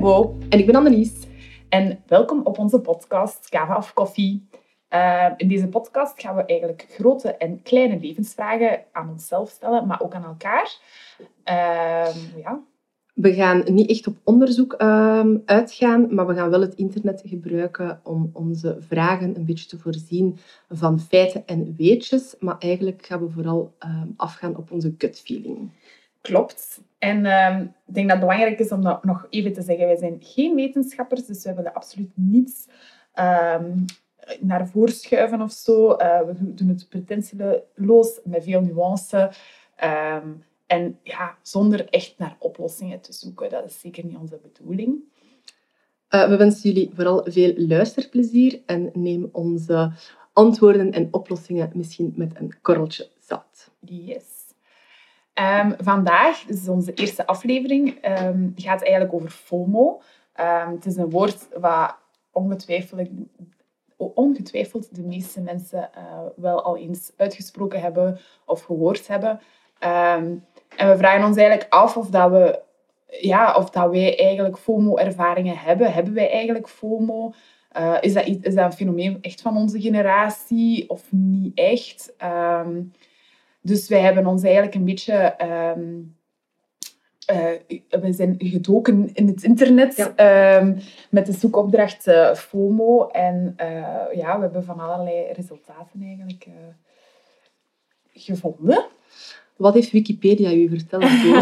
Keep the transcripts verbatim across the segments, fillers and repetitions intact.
Bo. En ik ben Annelies. En welkom op onze podcast Kava of Koffie. Uh, in deze podcast gaan we eigenlijk grote en kleine levensvragen aan onszelf stellen, maar ook aan elkaar. Uh, ja. We gaan niet echt op onderzoek uh, uitgaan, maar we gaan wel het internet gebruiken om onze vragen een beetje te voorzien van feiten en weetjes. Maar eigenlijk gaan we vooral uh, afgaan op onze gut feeling. Klopt. En uh, ik denk dat het belangrijk is om dat nog even te zeggen. Wij zijn geen wetenschappers, dus we willen absoluut niets uh, naar voren schuiven of zo. Uh, we doen het pretentieloos, met veel nuance. Uh, en ja, zonder echt naar oplossingen te zoeken. Dat is zeker niet onze bedoeling. Uh, we wensen jullie vooral veel luisterplezier en neem onze antwoorden en oplossingen misschien met een korreltje zout. Yes. Um, vandaag, dus is onze eerste aflevering, um, gaat eigenlijk over FOMO. Um, het is een woord wat ongetwijfeld, ongetwijfeld de meeste mensen uh, wel al eens uitgesproken hebben of gehoord hebben. Um, en we vragen ons eigenlijk af of, dat we, ja, of dat wij eigenlijk FOMO-ervaringen hebben. Hebben wij eigenlijk FOMO? Uh, is, dat, is dat een fenomeen echt van onze generatie of niet echt? Um, Dus wij hebben ons eigenlijk een beetje... Um, uh, we zijn gedoken in het internet ja. um, met de zoekopdracht uh, FOMO. En uh, ja, we hebben van allerlei resultaten eigenlijk uh, gevonden. Wat heeft Wikipedia u verteld?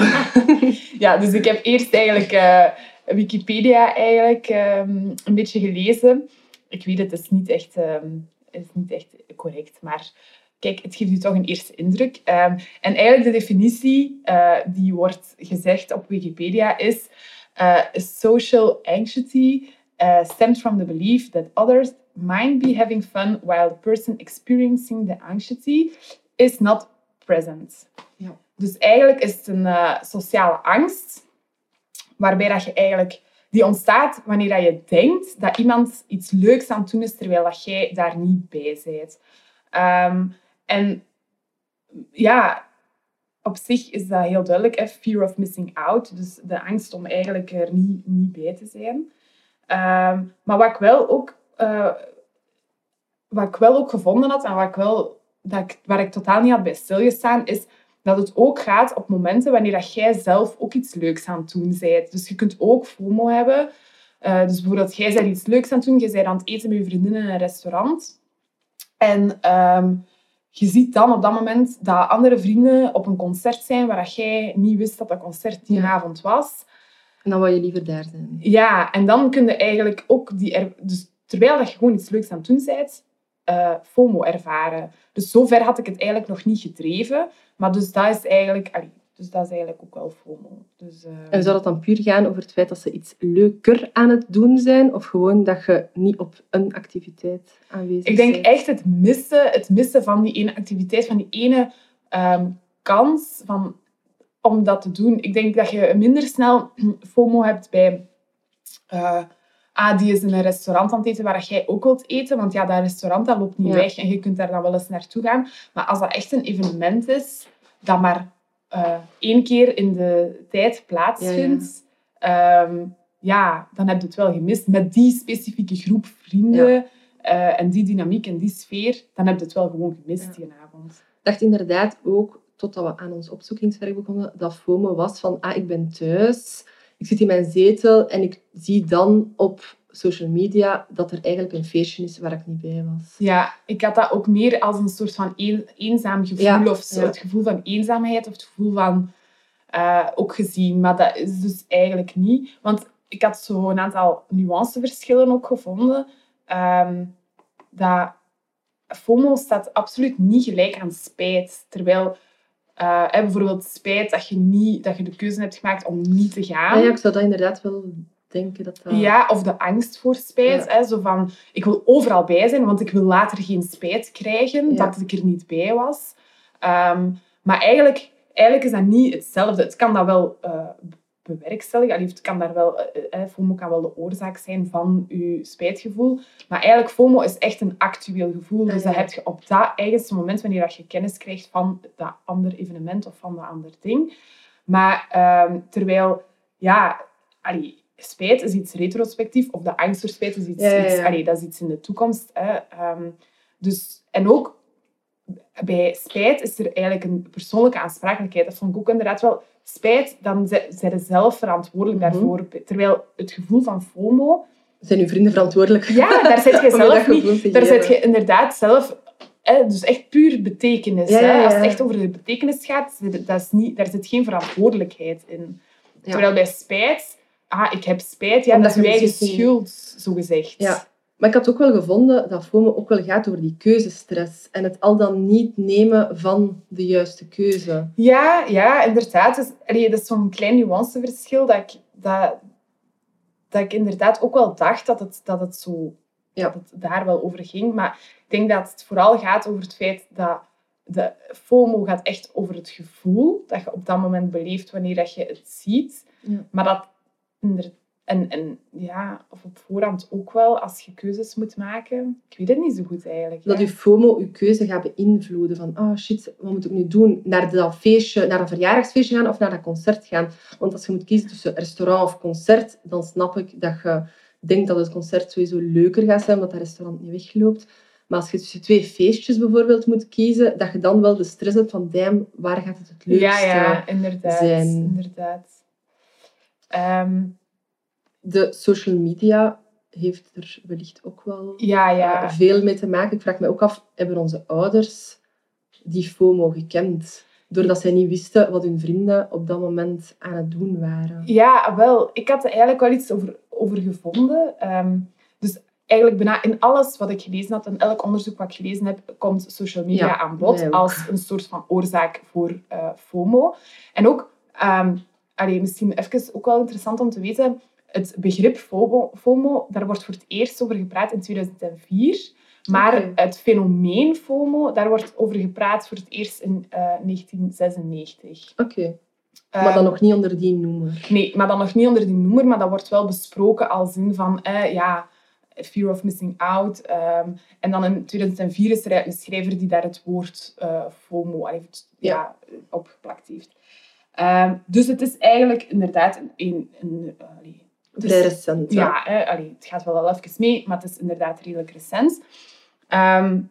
Ja, dus ik heb eerst eigenlijk uh, Wikipedia eigenlijk, um, een beetje gelezen. Ik weet het, het is niet echt, um, is niet echt correct, maar... Kijk, het geeft u toch een eerste indruk. Um, en eigenlijk de definitie uh, die wordt gezegd op Wikipedia is... Uh, social anxiety uh, stems from the belief that others might be having fun while the person experiencing the anxiety is not present. Ja. Dus eigenlijk is het een uh, sociale angst, waarbij dat je eigenlijk... Die ontstaat wanneer dat je denkt dat iemand iets leuks aan het doen is, terwijl dat jij daar niet bij bent. Um, En ja, op zich is dat heel duidelijk. Hè? Fear of missing out. Dus de angst om eigenlijk er niet, niet bij te zijn. Um, maar wat ik wel ook, uh, wat ik wel ook gevonden had en wat ik wel, dat ik, waar ik totaal niet had bij stilgestaan, is dat het ook gaat op momenten wanneer dat jij zelf ook iets leuks aan het doen bent. Dus je kunt ook FOMO hebben. Uh, dus bijvoorbeeld, jij bent iets leuks aan het doen. Je bent aan het eten met je vriendinnen in een restaurant. En... Um, Je ziet dan op dat moment dat andere vrienden op een concert zijn waar jij niet wist dat dat concert die ja. avond was. En dan wil je liever daar zijn. Ja, en dan kun je eigenlijk ook... Die er... dus terwijl dat je gewoon iets leuks aan het doen bent, uh, FOMO ervaren. Dus zover had ik het eigenlijk nog niet gedreven. Maar dus dat is eigenlijk... Allee, dus dat is eigenlijk ook wel FOMO. Dus, uh... En zou dat dan puur gaan over het feit dat ze iets leuker aan het doen zijn? Of gewoon dat je niet op een activiteit aanwezig bent? Ik denk bent? echt het missen, het missen van die ene activiteit, van die ene um, kans van, om dat te doen. Ik denk dat je minder snel FOMO hebt bij... Uh, ah, die is in een restaurant aan het eten waar jij ook wilt eten. Want ja, dat restaurant dat loopt niet ja. weg en je kunt daar dan wel eens naartoe gaan. Maar als dat echt een evenement is, dat maar... Uh, één keer in de tijd plaatsvindt, ja, ja. Um, ja, dan heb je het wel gemist. Met die specifieke groep vrienden ja. uh, en die dynamiek en die sfeer, dan heb je het wel gewoon gemist ja. die avond. Ik dacht inderdaad ook, totdat we aan ons opzoekingswerk begonnen, dat FOMO was van, ah, ik ben thuis, ik zit in mijn zetel en ik zie dan op social media dat er eigenlijk een feestje is waar ik niet bij was. Ja, ik had dat ook meer als een soort van een, eenzaam gevoel ja, of zo. Ja. Het gevoel van eenzaamheid of het gevoel van uh, ook gezien. Maar dat is dus eigenlijk niet. Want ik had zo een aantal nuanceverschillen ook gevonden. Um, dat FOMO staat absoluut niet gelijk aan spijt. Terwijl uh, bijvoorbeeld spijt dat je, niet, dat je de keuze hebt gemaakt om niet te gaan. Ja, ja, ik zou dat inderdaad wel... denken dat dat... Ja, of de angst voor spijt. Ja. Hè, zo van, ik wil overal bij zijn, want ik wil later geen spijt krijgen ja. dat ik er niet bij was. Um, maar eigenlijk, eigenlijk is dat niet hetzelfde. Het kan dat wel uh, bewerkstelligen. Het kan daar wel, uh, FOMO kan wel de oorzaak zijn van je spijtgevoel. Maar eigenlijk, FOMO is echt een actueel gevoel. Dus dat heb je op dat eigenste moment, wanneer je kennis krijgt van dat ander evenement of van dat ander ding. Maar um, terwijl, ja... Allee, spijt is iets retrospectief, of de angst voor spijt is iets... Ja, ja, ja. iets allee, dat is iets in de toekomst. Hè. Um, dus, en ook bij spijt is er eigenlijk een persoonlijke aansprakelijkheid. Dat vond ik ook inderdaad wel... Spijt, dan zijn je zelf verantwoordelijk Mhm. daarvoor. Terwijl het gevoel van FOMO... Zijn uw vrienden verantwoordelijk? Ja, daar zit je om je dat zelf gevoel niet... te Daar geven? zit je inderdaad zelf... Hè, dus echt puur betekenis. Ja, ja, Hè. Als het ja. echt over de betekenis gaat, dat is niet, daar zit geen verantwoordelijkheid in. Ja. Terwijl bij spijt... Ah, ik heb spijt. Ja, Omdat dat is je uw eigen misschien- schuld, zogezegd. Ja. Maar ik had ook wel gevonden dat FOMO ook wel gaat over die keuzestress. En het al dan niet nemen van de juiste keuze. Ja, ja, inderdaad. Dus, allee, dat is zo'n klein nuanceverschil dat ik, dat, dat ik inderdaad ook wel dacht dat het, dat het zo Ja. dat het daar wel over ging. Maar ik denk dat het vooral gaat over het feit dat de FOMO gaat echt over het gevoel dat je op dat moment beleeft wanneer dat je het ziet. Ja. Maar dat inder- en, en ja, of op voorhand ook wel, als je keuzes moet maken. Ik weet het niet zo goed eigenlijk. Dat hè. je FOMO je keuze gaat beïnvloeden. Van, oh shit, wat moet ik nu doen? Naar dat feestje, naar een verjaardagsfeestje gaan of naar dat concert gaan? Want als je moet kiezen tussen restaurant of concert, dan snap ik dat je denkt dat het concert sowieso leuker gaat zijn, omdat dat restaurant niet wegloopt. Maar als je tussen twee feestjes bijvoorbeeld moet kiezen, dat je dan wel de stress hebt van, damn, waar gaat het het leukste? Ja, ja, inderdaad. zijn. inderdaad. Ehm, De social media heeft er wellicht ook wel ja, ja. uh, veel mee te maken. Ik vraag me ook af, hebben onze ouders die FOMO gekend? Doordat zij niet wisten wat hun vrienden op dat moment aan het doen waren. Ja, wel. Ik had er eigenlijk wel iets over, over gevonden. Ehm, dus eigenlijk bijna in alles wat ik gelezen had, en elk onderzoek wat ik gelezen heb, komt social media Ja, aan bod mij ook. als een soort van oorzaak voor uh, FOMO. En ook, um, allee, misschien even ook wel interessant om te weten, het begrip FOMO, FOMO, daar wordt voor het eerst over gepraat in tweeduizend vier. Maar Oké. het fenomeen FOMO, daar wordt over gepraat voor het eerst in uh, negentien zesennegentig. Oké, maar dan Um, nog niet onder die noemer. Nee, maar dan nog niet onder die noemer, maar dat wordt wel besproken als in van, eh, ja, fear of missing out. Um, en dan in tweeduizend vier is er een schrijver die daar het woord uh, FOMO allee, ja, ja, opgeplakt heeft. Um, dus het is eigenlijk inderdaad een... een, een uh, allee, het Vrij is- recent. hè? Ja, hè, allee, het gaat wel al even mee, maar het is inderdaad redelijk recent. Um,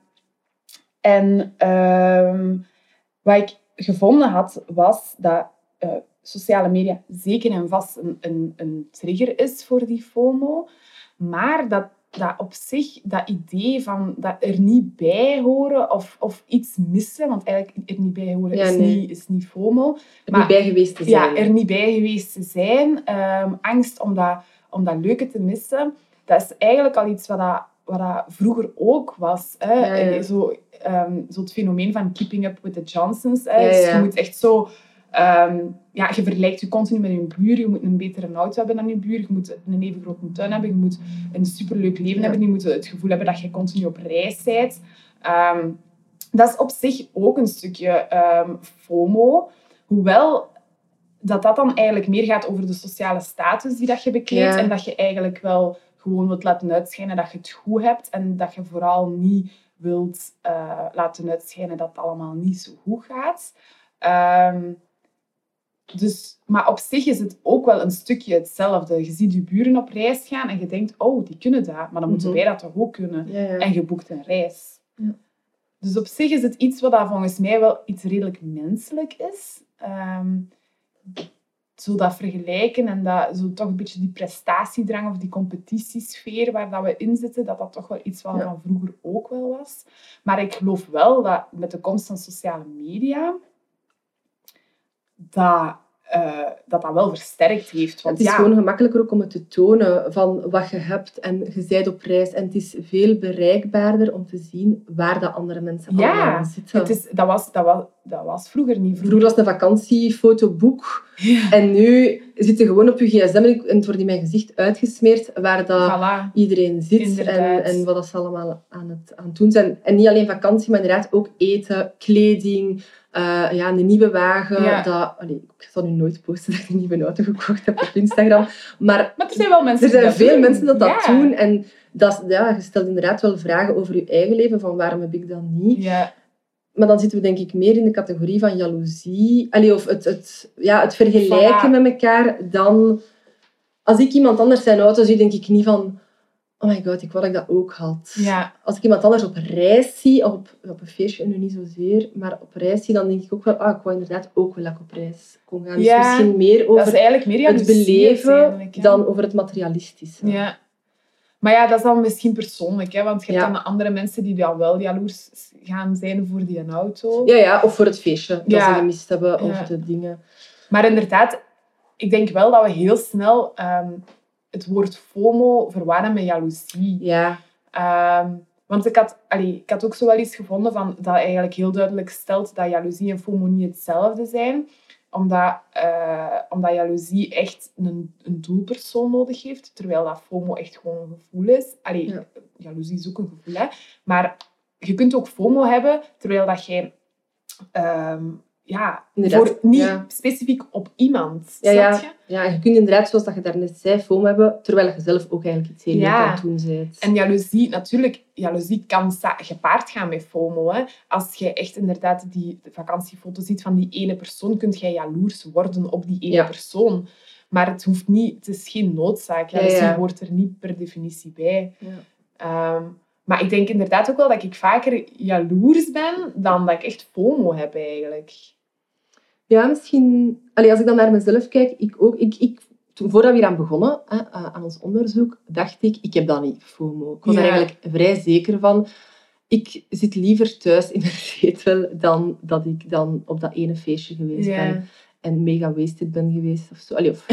en um, wat ik gevonden had, was dat uh, sociale media zeker en vast een, een, een trigger is voor die FOMO. Maar dat, dat op zich, dat idee van dat er niet bij horen of, of iets missen, want eigenlijk er niet bij horen Ja, is, nee. niet, is niet FOMO. Er Maar- niet bij geweest te zijn. Ja, er niet bij geweest te zijn. Ehm, angst om dat, om dat leuke te missen. Dat is eigenlijk al iets wat, dat, wat dat vroeger ook was. Hè. Ja, ja. En Zo, ehm, zo het fenomeen van keeping up with the Johnsons. Hè. Ja, Dus ja. je moet echt zo... ehm, ja, je vergelijkt je continu met je buur. Je moet een betere auto hebben dan je buur. Je moet een even grote tuin hebben. Je moet een superleuk leven Ja. hebben. Je moet het gevoel hebben dat je continu op reis bent. Ehm, dat is op zich ook een stukje ehm, FOMO. Hoewel dat dat dan eigenlijk meer gaat over de sociale status die dat je bekleedt. Ja. En dat je eigenlijk wel gewoon wilt laten uitschijnen dat je het goed hebt. En dat je vooral niet wilt uh, laten uitschijnen dat het allemaal niet zo goed gaat. Ehm, dus, maar op zich is het ook wel een stukje hetzelfde. Je ziet je buren op reis gaan en je denkt, oh, die kunnen dat. Maar dan moeten Mhm. wij dat toch ook kunnen. Ja, ja. En je boekt een reis. Ja. Dus op zich is het iets wat dat volgens mij wel iets redelijk menselijk is. Ehm, zo dat vergelijken en dat, zo toch een beetje die prestatiedrang of die competitiesfeer waar dat we in zitten, dat dat toch wel iets wat Ja. van vroeger ook wel was. Maar ik geloof wel dat met de komst van sociale media, dat uh, dat, dat wel versterkt heeft. Want Het is ja, gewoon gemakkelijker ook om het te tonen van wat je hebt en je bent op reis. En het is veel bereikbaarder om te zien waar de andere mensen Ja, allemaal zitten. het is, dat, was, dat, was, dat was vroeger niet. Vroeger was het een vakantiefotoboek. Ja. En nu zit je gewoon op je gsm en het wordt in mijn gezicht uitgesmeerd waar dat Voilà. iedereen zit en, Inderdaad. en wat dat ze allemaal aan het, aan het doen zijn. En niet alleen vakantie, maar inderdaad ook eten, kleding, uh, ja, een nieuwe wagen. Ja. Dat, allee, ik zal nu nooit posten dat ik een nieuwe auto gekocht heb op Instagram. Maar Maar er zijn wel mensen er zijn die dat veel doen. mensen dat dat Ja. doen. En dat, ja, je stelt inderdaad wel vragen over je eigen leven, van waarom heb ik dat niet? Ja. Maar dan zitten we denk ik meer in de categorie van jaloezie. Allee, of het, het, ja, het vergelijken Voilà. met elkaar dan als ik iemand anders zijn auto zie, denk ik niet van... Oh my god, ik wou dat ik dat ook had. Ja. Als ik iemand anders op reis zie, op, op een feestje nu niet zozeer, maar op reis zie, dan denk ik ook wel, ah, ik wou inderdaad ook wel lekker op reis kon gaan. Dus Ja, misschien meer Dat over is eigenlijk meer het jaloezie beleven uiteindelijk, hè. dan over het materialistische. Ja. Maar ja, dat is dan misschien persoonlijk, hè? Want je hebt Ja. dan andere mensen die dan wel jaloers gaan zijn voor die auto. Ja, ja, of voor het feestje dat Ja. ze gemist hebben, of Ja. de dingen. Maar inderdaad, ik denk wel dat we heel snel ehm, het woord FOMO verwarren met jaloezie. Ja, Ehm, want ik had, allee, ik had ook zo wel iets gevonden van, dat eigenlijk heel duidelijk stelt dat jaloezie en FOMO niet hetzelfde zijn. Omdat, eh, omdat jaloezie echt een, een doelpersoon nodig heeft, terwijl dat FOMO echt gewoon een gevoel is. Allee, Ja. jaloezie is ook een gevoel, hè. Maar je kunt ook FOMO hebben, terwijl dat jij... ehm, ja, Inderdaad, voor, niet ja. specifiek op iemand, ja, snap je? ja. ja, je kunt inderdaad, zoals dat je daarnet zei, FOMO hebben, terwijl je zelf ook eigenlijk iets heel leuk Ja. aan het doen bent. En jaloezie, natuurlijk, jaloezie kan sa- gepaard gaan met FOMO. Hè. Als je echt inderdaad die vakantiefoto ziet van die ene persoon, kun jij jaloers worden op die ene Ja. persoon. Maar het hoeft niet, het is geen noodzaak. Ja, Jaloezie ja. hoort er niet per definitie bij. Ja. Ehm, maar ik denk inderdaad ook wel dat ik vaker jaloers ben dan dat ik echt FOMO heb eigenlijk. Ja, misschien... Allee, als ik dan naar mezelf kijk, ik ook... Ik, ik, toen, voordat we hier aan begonnen, hè, aan ons onderzoek, dacht ik, ik heb dat niet, FOMO. Ik was Ja. er eigenlijk vrij zeker van. Ik zit liever thuis in mijn zetel dan dat ik dan op dat ene feestje geweest ben en mega wasted ben geweest of zo. Allee, of...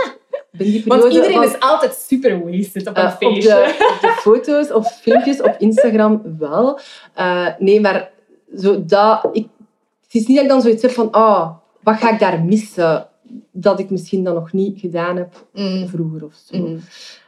ben die periode Want iedereen van- is altijd super wasted op een Uh, op, feestje. de, op de foto's of filmpjes op Instagram wel. Uh, nee, maar zo dat, ik, het is niet dat ik dan zoiets heb van oh, wat ga ik daar missen dat ik misschien dan nog niet gedaan heb Mm. vroeger of zo. Mm.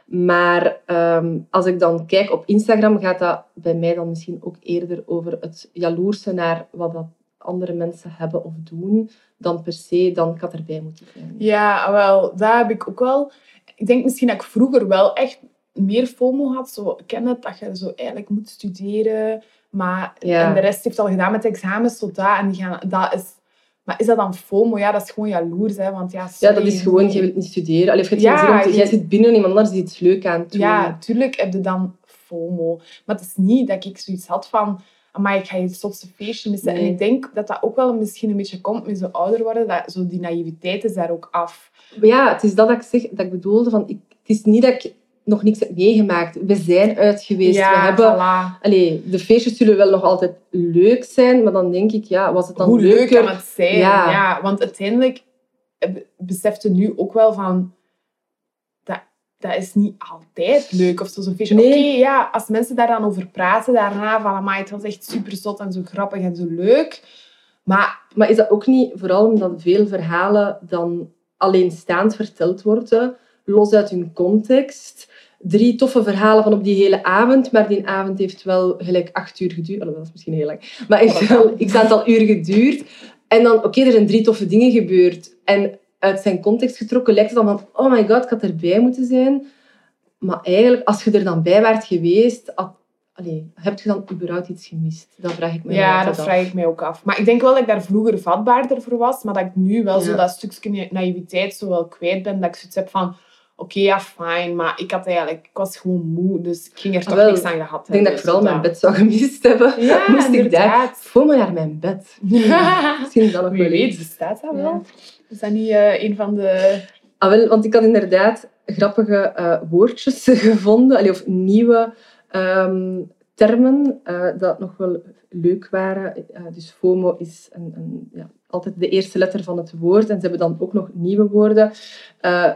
Maar um, als ik dan kijk op Instagram, gaat dat bij mij dan misschien ook eerder over het jaloerse naar wat dat andere mensen hebben of doen, dan per se dan ik had erbij moeten zijn. Ja, wel, dat heb ik ook wel. Ik denk misschien dat ik vroeger wel echt meer FOMO had. Zo, ik ken het, dat je zo eigenlijk moet studeren. Maar, Ja. En de rest heeft al gedaan met examens, zo dat. En die gaan, dat is, maar is dat dan FOMO? Ja, dat is gewoon jaloers. Hè, want ja, Ja, sorry, dat is gewoon, je wilt niet studeren. Allee, of je hebt Ja, geen zin om te- je- jij zit binnen en iemand anders die iets leuk aan het doen. Ja, tuurlijk heb je dan FOMO. Maar het is niet dat ik zoiets had van... Amai, ik ga je het zotste feestje missen. Nee. En ik denk dat dat ook wel misschien een beetje komt met zo ouder worden. Dat, zo die naïviteit is daar ook af. Maar ja, het is dat dat ik zeg, dat ik bedoelde van, ik, het is niet dat ik nog niks heb meegemaakt. We zijn uit geweest. Ja, we hebben, voilà. allee, de feestjes zullen wel nog altijd leuk zijn, maar dan denk ik, ja, was het dan Hoe leuk leuker? kan het zijn? Ja. Ja. Want uiteindelijk be- beseft je nu ook wel van... Dat, dat is niet altijd leuk of zo, zo'n feestje. Nee. Oké, ja, als mensen daar dan over praten daarna, van amai, het was echt super zot en zo grappig en zo leuk. Maar Maar is dat ook niet, vooral omdat veel verhalen dan alleenstaand verteld worden, los uit hun context? Drie toffe verhalen van op die hele avond, maar die avond heeft wel gelijk acht uur geduurd. Oh, dat is misschien heel lang. Maar Oh, heeft dat wel kan. x aantal uur geduurd. En dan, oké, er zijn drie toffe dingen gebeurd. En uit zijn context getrokken lijkt het dan van, oh my god, ik had erbij moeten zijn. Maar eigenlijk, als je er dan bij waart geweest, had, allee, heb je dan überhaupt iets gemist? Dat vraag ik me ja, altijd dat af. vraag ik mij ook af. Maar ik denk wel dat ik daar vroeger vatbaarder voor was, maar dat ik nu wel Ja. zo dat stukje naïviteit zo wel kwijt ben. Dat ik zoiets heb van... Oké, ja, fijn, maar ik had eigenlijk... Ik was gewoon moe, dus ik ging er toch Ah, wel, niks aan gehad Ik denk dat ik vooral mijn bed zou gemist hebben. Ja, Moest ik daar inderdaad. voor me naar mijn bed. Misschien is dat nog Wie wel weet, iets. bestaat dat Ja. wel? Is dat niet eh, een van de... Ah, wel, want ik had inderdaad grappige eh, woordjes gevonden, allee, of nieuwe ehm, termen uh, dat nog wel leuk waren. Uh, dus FOMO is een, een, ja, altijd de eerste letter van het woord. En ze hebben dan ook nog nieuwe woorden. Uh,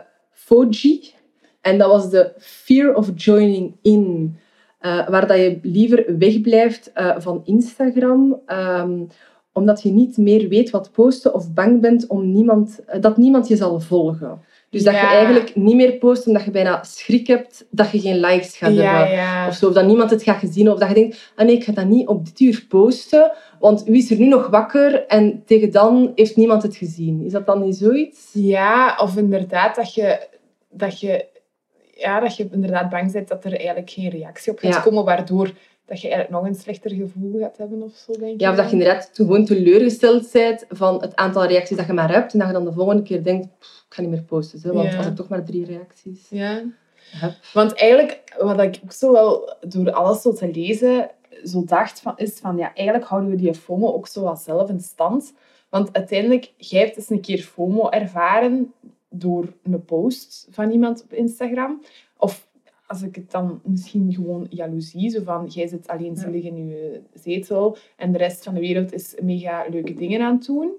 Foji. En dat was de fear of joining in. Uh, waar dat je liever wegblijft uh, van Instagram. Um, omdat je niet meer weet wat posten of bang bent om niemand, dat niemand je zal volgen. Dus dat Ja. je eigenlijk niet meer post omdat je bijna schrik hebt dat je geen likes gaat Ja, hebben. ja. Of zo, of dat niemand het gaat gezien. Of dat je denkt, ah nee, ik ga dat niet op dit uur posten. Want wie is er nu nog wakker? En tegen dan heeft niemand het gezien. Is dat dan niet zoiets? Ja, of inderdaad dat je... Dat je ja, dat je inderdaad bang bent dat er eigenlijk geen reactie op gaat Ja. komen, waardoor dat je eigenlijk nog een slechter gevoel gaat hebben of zo, denk ik. Ja, of dat je inderdaad gewoon teleurgesteld bent van het aantal reacties dat je maar hebt. En dat je dan de volgende keer denkt, pff, ik ga niet meer posten. Zo, want Ja. als ik toch maar drie reacties Ja. heb. Want eigenlijk, wat ik ook zo wel door alles zo te lezen, zo dacht van, is van, ja, eigenlijk houden we die FOMO ook zo wel zelf in stand. Want uiteindelijk, jij hebt eens een keer FOMO ervaren door een post van iemand op Instagram. Of als ik het dan misschien gewoon jaloezie, zo van, jij zit alleen zielig in je zetel en de rest van de wereld is mega leuke dingen aan het doen.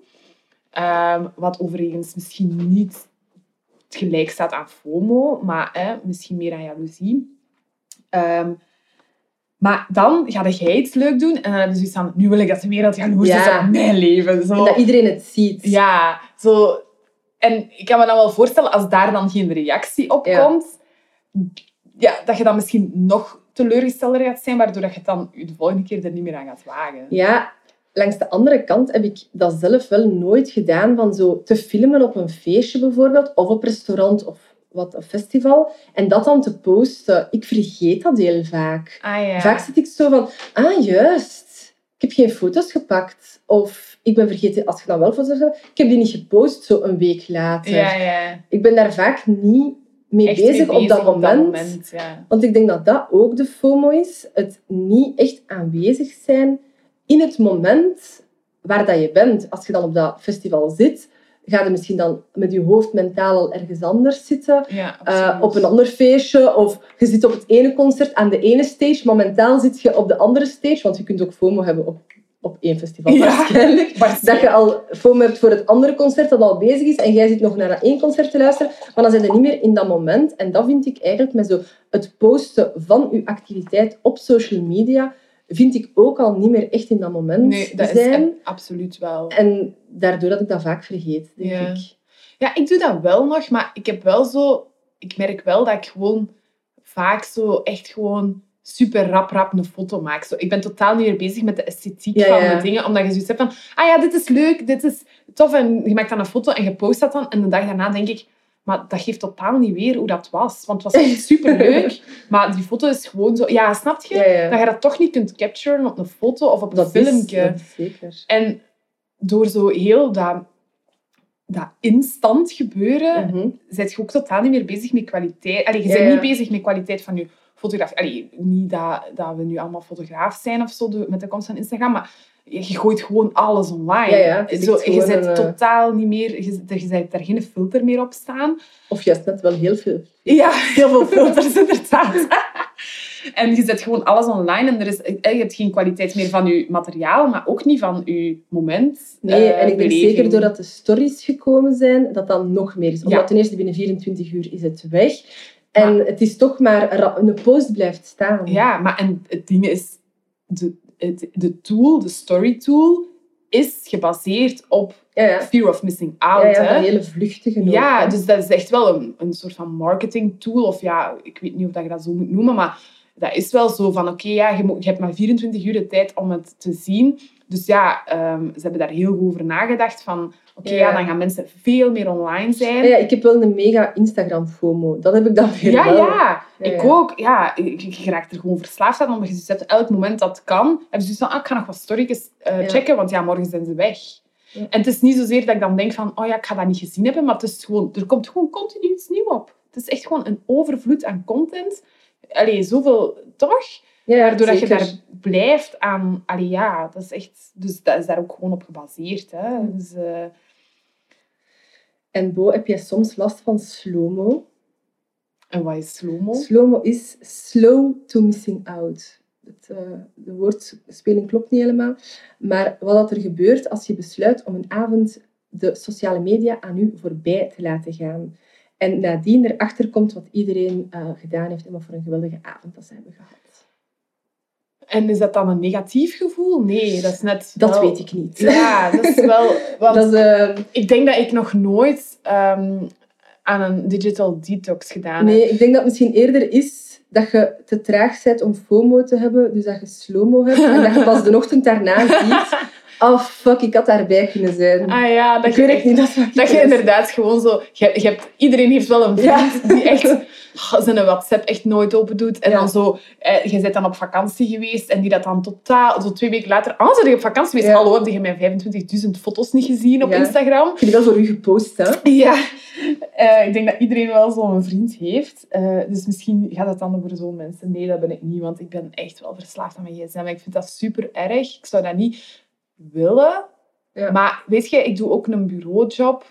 Um, wat overigens misschien niet gelijk staat aan FOMO, maar hè, misschien meer aan jaloezie. Um, maar dan ga jij iets leuk doen en dan heb je zoiets van, nu wil ik dat de wereld jaloers is Ja. op mijn leven. Zo. En dat iedereen het ziet. Ja, zo. En ik kan me dan wel voorstellen, als daar dan geen reactie op Ja. komt, ja, dat je dan misschien nog teleurgestelder gaat zijn, waardoor dat je het dan de volgende keer er niet meer aan gaat wagen. Ja, langs de andere kant heb ik dat zelf wel nooit gedaan, van zo te filmen op een feestje bijvoorbeeld, of op restaurant of wat, een festival, en dat dan te posten. Ik vergeet dat heel vaak. Ah, ja. Vaak zit ik zo van, ah juist, ik heb geen foto's gepakt. Of ik ben vergeten, als je dan wel foto's hebt, ik heb die niet gepost zo een week later. Ja, ja. Ik ben daar vaak niet mee Echt bezig, mee op dat bezig moment. moment, ja. Want ik denk dat dat ook de FOMO is. Het niet echt aanwezig zijn in het moment waar dat je bent. Als je dan op dat festival zit, ga je misschien dan met je hoofd mentaal al ergens anders zitten. Ja, Uh, absoluut. op een ander feestje. Of je zit op het ene concert aan de ene stage, maar mentaal zit je op de andere stage. Want je kunt ook FOMO hebben op, op één festival Ja, waarschijnlijk. waarschijnlijk. Dat je al FOMO hebt voor het andere concert dat al bezig is. En jij zit nog naar dat één concert te luisteren. Maar dan zijn je niet meer in dat moment. En dat vind ik eigenlijk met zo het posten van je activiteit op social media, vind ik ook al niet meer echt in dat moment Nee, dat zijn. is e- absoluut wel. En daardoor dat ik dat vaak vergeet, denk Ja. ik. Ja, ik doe dat wel nog, maar ik heb wel zo... Ik merk wel dat ik gewoon vaak zo echt gewoon super rap rap een foto maak. Zo, ik ben totaal niet meer bezig met de esthetiek Ja, van ja. de dingen, omdat je zoiets hebt van, ah ja, dit is leuk, dit is tof, en je maakt dan een foto en je post dat dan, en de dag daarna denk ik, maar dat geeft totaal niet weer hoe dat was. Want het was echt super leuk, maar die foto is gewoon zo... Ja, snap je? Ja, ja. Dat je dat toch niet kunt capturen op een foto of op een Dat is, filmpje. dat is zeker. En door zo heel dat, dat instant gebeuren, Mhm. zit je ook totaal niet meer bezig met kwaliteit. Allee, je Ja, bent ja. niet bezig met kwaliteit van je fotografie. Allee, niet dat, dat we nu allemaal fotograaf zijn of zo, de- met de komst van Instagram, maar je, je gooit gewoon alles online. Ja, ja, het is Zo, echt je gewoon zet een, eh, totaal niet meer... Je, je zet daar geen filter meer op staan. Of juist net wel heel veel. Ja, heel veel filters inderdaad. En je zet gewoon alles online en er is, je hebt geen kwaliteit meer van je materiaal, maar ook niet van je moment. Nee, eh, en ik denk beleving. zeker doordat de stories gekomen zijn, dat dat nog meer is. Omdat Ja. ten eerste binnen vierentwintig uur is het weg. En Maar- het is toch maar... ra- Een post blijft staan. Ja, maar en het ding is, de, het, de tool, de story tool, is gebaseerd op Ja, ja. fear of missing out. Ja, ja, hè? dat hele vluchtige ook, Ja, hè. dus dat is echt wel een, een soort van marketing tool. Of ja, ik weet niet of dat je dat zo moet noemen, maar dat is wel zo van, oké, ja, je, moet, je hebt maar vierentwintig uur de tijd om het te zien. Dus ja, ehm, ze hebben daar heel goed over nagedacht van, oké, Ja. ja, dan gaan mensen veel meer online zijn. Ja, ja, ik heb wel een mega Instagram-FOMO. Dat heb ik dan weer Ja, wel. ja, Ja, ik ja. ook. Ja, je, je raakt er gewoon verslaafd aan, omdat je zoiets hebt, elk moment dat het kan, heb je zoiets van, ah, ik ga nog wat story's eh, Ja. checken, want ja, morgen zijn ze weg. Ja. En het is niet zozeer dat ik dan denk van, oh ja, ik ga dat niet gezien hebben, maar het is gewoon, er komt gewoon continu iets nieuws op. Het is echt gewoon een overvloed aan content. Allee, zoveel, toch? Ja, ja, Waardoor dat je zeker. daar blijft aan... Allee, ja, dat is echt... Dus dat is daar ook gewoon op gebaseerd, hè. Dus, eh, En Bo, heb jij soms last van slow-mo? en wat is slow-mo? Slow-mo is slow to missing out. Het uh, de woordspeling klopt niet helemaal. Maar wat dat er gebeurt als je besluit om een avond de sociale media aan u voorbij te laten gaan. En nadien erachter komt wat iedereen uh, gedaan heeft en wat voor een geweldige avond dat ze hebben gehad. En is dat dan een negatief gevoel? Nee, dat is net... Dat wel- weet ik niet. Ja, dat is wel... Want Dat is, uh, ik denk dat ik nog nooit ehm, aan een digital detox gedaan heb. nee, ik denk dat het misschien eerder is dat je te traag bent om FOMO te hebben, dus dat je slow-mo hebt en dat je pas de ochtend daarna ziet Oh, fuck, ik had daarbij kunnen zijn. Ah ja, dat ik je, weet echt niet dat wat dat je inderdaad gewoon zo... Je, je hebt, iedereen heeft wel een vriend ja. die echt oh, zijn WhatsApp echt nooit open doet. En ja. dan zo... Eh, je bent dan op vakantie geweest en die dat dan totaal... Zo twee weken later... Ah, zijn je op vakantie geweest? Ja. Hallo, heb je mijn vijfentwintigduizend foto's niet gezien op ja. Instagram? Ik heb die wel voor u gepost, hè? Ja. Uh, ik denk dat iedereen wel zo'n vriend heeft. Uh, dus misschien gaat dat dan over zo'n mensen. Nee, dat ben ik niet, want ik ben echt wel verslaafd aan mijn gsm. Ik vind dat super erg. Ik zou dat niet willen. Ja. Maar weet je, ik doe ook een bureaujob.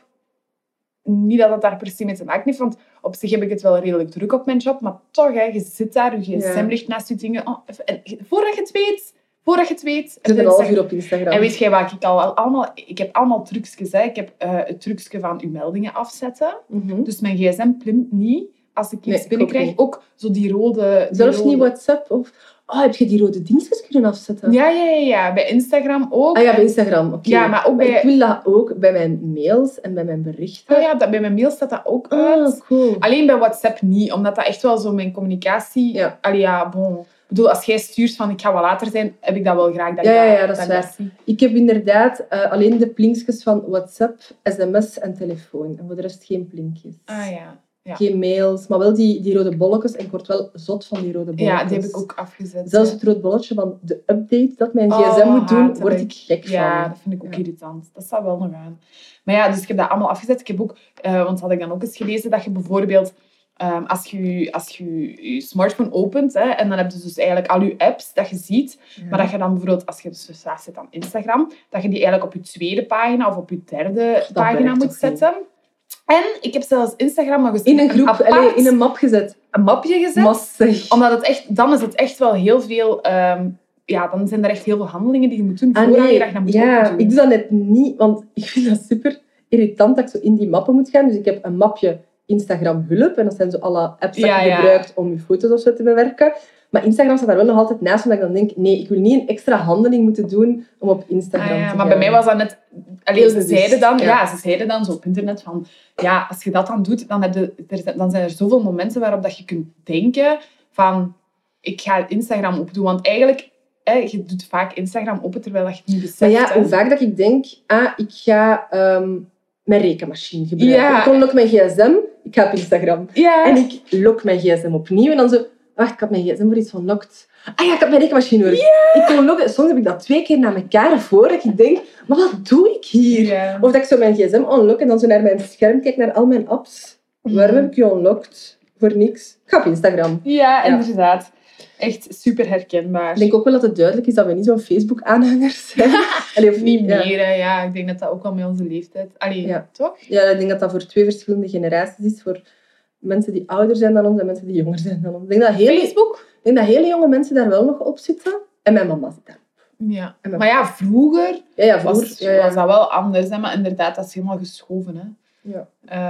Niet dat dat daar per se mee te maken heeft, want op zich heb ik het wel redelijk druk op mijn job. Maar toch, hè, je zit daar, je gsm ja. ligt naast je dingen. Oh, en voordat je het weet... Voordat je het weet... Je zit een half uur op Instagram. En weet jij wat ik al allemaal... Ik heb allemaal trucjes. Hè. Ik heb uh, het trucje van uw meldingen afzetten. Mm-hmm. Dus mijn gsm plimt niet als ik iets nee, binnenkrijg. Ook, ook zo die rode... Die Zelfs rode... niet WhatsApp? Of... Oh, heb je die rode dingetjes kunnen afzetten? Ja, ja, ja, ja. Bij Instagram ook. Ah ja, bij Instagram. Oké. Okay. Ja, maar ook bij... Maar ik wil dat ook bij mijn mails en bij mijn berichten. Oh ja, dat, bij mijn mails staat dat ook uit. Oh, cool. Alleen bij WhatsApp niet, omdat dat echt wel zo mijn communicatie... Ja. Allee, ja, bon... Ik bedoel, als jij stuurt van ik ga wel later zijn, heb ik dat wel graag. Dat ja, ja, ja, dat is waar. Dat ik heb inderdaad uh, alleen de plinkjes van WhatsApp, sms en telefoon. En voor de rest geen plinkjes. Ah ja. Ja. Geen mails, maar wel die, die rode bolletjes. En ik word wel zot van die rode bolletjes. Ja, die heb ik ook afgezet. Zelfs het rode bolletje van de update dat mijn gsm oh, moet doen, hatelijk. word ik gek ja, van. Ja, dat vind ik ook ja. irritant. Dat staat wel nog aan. Maar ja, dus ik heb dat allemaal afgezet. Ik heb ook, uh, want had ik dan ook eens gelezen, dat je bijvoorbeeld... Um, als je als je, je smartphone opent, hè, en dan heb je dus eigenlijk al je apps dat je ziet, ja. maar dat je dan bijvoorbeeld, als je dus verslaafd zit aan Instagram, dat je die eigenlijk op je tweede pagina of op je derde dat pagina moet zetten. Niet. En ik heb zelfs Instagram nog eens in een groep, een apart, allez, in een map gezet. Een mapje gezet. Massig. Omdat het echt, dan is het echt wel heel veel... Um, ja, dan zijn er echt heel veel handelingen die je moet doen ah, voordat nee. je dat dan moet ja, doen. Ik doe dat net niet, want ik vind dat super irritant dat ik zo in die mappen moet gaan. Dus ik heb een mapje Instagram hulp. En dat zijn zo alle apps die ja, je ja. gebruikt om je foto's of zo te bewerken. Maar Instagram staat daar wel nog altijd naast, omdat ik dan denk, nee, ik wil niet een extra handeling moeten doen om op Instagram ah, ja, te gaan. Maar bij mij was dat net... Allee, ze, zeiden dan, ja. Ja, ze zeiden dan zo op internet van... Ja, als je dat dan doet, dan, heb je, er, dan zijn er zoveel momenten waarop dat je kunt denken van... Ik ga Instagram opdoen. Want eigenlijk... Hè, je doet vaak Instagram open, terwijl je het niet beseft. Maar ja, hè. hoe vaak dat ik denk... Ah, ik ga... Um, mijn rekenmachine gebruiken. Ja. Ik onlok mijn gsm, ik ga op Instagram. Ja. En ik lok mijn gsm opnieuw en dan zo... Wacht, ik had mijn gsm voor iets unlocked. Ah ja, ik had mijn rekenmachine nodig. Ja. Ik onlok, soms heb ik dat twee keer na elkaar voordat ik denk... Maar wat doe ik hier? Ja. Of dat ik zo mijn gsm unlock en dan zo naar mijn scherm kijk, naar al mijn apps. Mm. Waarom heb ik je unlocked? Voor niks. Ik ga op Instagram. Ja, inderdaad. Echt super herkenbaar. Ik denk ook wel dat het duidelijk is dat we niet zo'n Facebook-aanhangers zijn. Allee, of niet ja. meer, hè. Ja. Ik denk dat dat ook wel met onze leeftijd... Allee, ja. toch? Ja, ik denk dat dat voor twee verschillende generaties is. Voor mensen die ouder zijn dan ons en mensen die jonger zijn dan ons. Ik denk dat hele, Facebook? Ik denk dat hele jonge mensen daar wel nog op zitten. En mijn mama zit daar. Ja. Maar ja, vroeger, ja, ja, vroeger was, ja, ja. was dat wel anders. Hè. Maar inderdaad, dat is helemaal geschoven. Hè. Ja.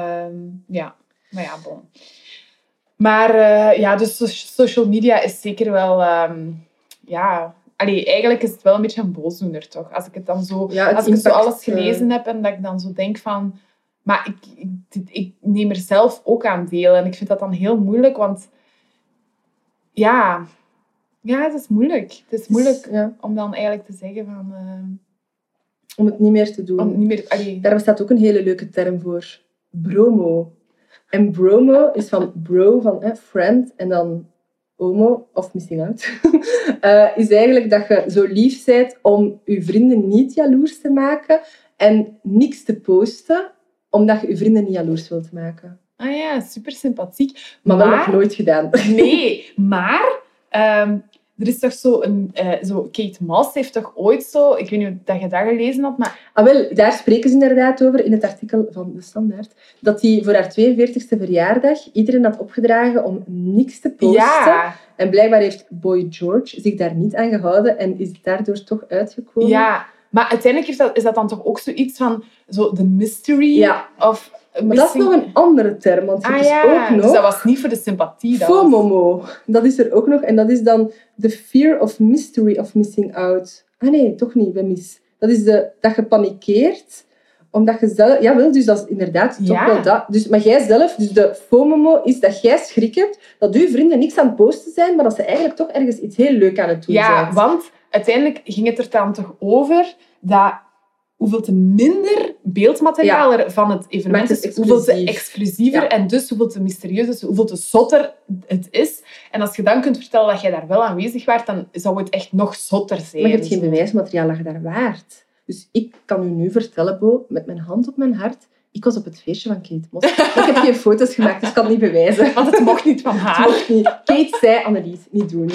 Um, ja. Maar ja, bon. Maar uh, ja, dus social media is zeker wel... Um, ja... Allee, eigenlijk is het wel een beetje een boosdoener, toch? Als ik het dan zo... Ja, als ik zo alles gelezen heb en dat ik dan zo denk van... Maar ik, ik, ik neem er zelf ook aan deel. En ik vind dat dan heel moeilijk, want... Ja... Ja, het is moeilijk. Het is moeilijk ja. om dan eigenlijk te zeggen van... Uh, om het niet meer te doen. Om niet meer, allee. Daar bestaat ook een hele leuke term voor. Bromo. En bromo is van bro, van eh, friend, en dan homo, of missing out. uh, is eigenlijk dat je zo lief bent om je vrienden niet jaloers te maken en niks te posten, omdat je je vrienden niet jaloers wilt maken. Ah ja, super sympathiek. Maar, maar wel nog nooit gedaan. Nee, maar... Um, er is toch zo een... Uh, zo Kate Moss heeft toch ooit zo... Ik weet niet of je dat gelezen had, maar... Ah, wel, daar spreken ze inderdaad over in het artikel van De Standaard. Dat hij voor haar tweeënveertigste verjaardag iedereen had opgedragen om niks te posten. Ja. En blijkbaar heeft Boy George zich daar niet aan gehouden en is daardoor toch uitgekomen. Ja, maar uiteindelijk heeft dat, is dat dan toch ook zoiets van... Zo de mystery ja. of... Maar dat is nog een andere term, want het ah, is ja. ook nog... Dus dat was niet voor de sympathie. Dat FOMO. Was... Dat is er ook nog. En dat is dan the fear of mystery of missing out. Ah nee, toch niet, bij mis. Dat is de, dat je panikeert, omdat je zelf... Jawel, dus dat is inderdaad toch ja. wel dat. Dus, maar jij zelf, dus de FOMO is dat jij schrik hebt dat je vrienden niks aan het posten zijn, maar dat ze eigenlijk toch ergens iets heel leuk aan het doen ja, zijn. Ja, want uiteindelijk ging het er dan toch over dat hoeveel te minder beeldmateriaal er van het evenement Maakt is, het hoeveel te exclusief. exclusiever Ja. en dus hoeveel te mysterieuzer is, hoeveel te zotter het is. En als je dan kunt vertellen dat jij daar wel aanwezig waart, dan zou het echt nog zotter zijn. Maar je hebt geen Zo. bewijsmateriaal dat je daar waart. Dus ik kan u nu vertellen, Bo, met mijn hand op mijn hart, ik was op het feestje van Kate Moss. Ik heb geen foto's gemaakt, dus ik kan het niet bewijzen. Want het mocht niet van Het haar. mocht niet. Kate zei, Annelies, niet doen.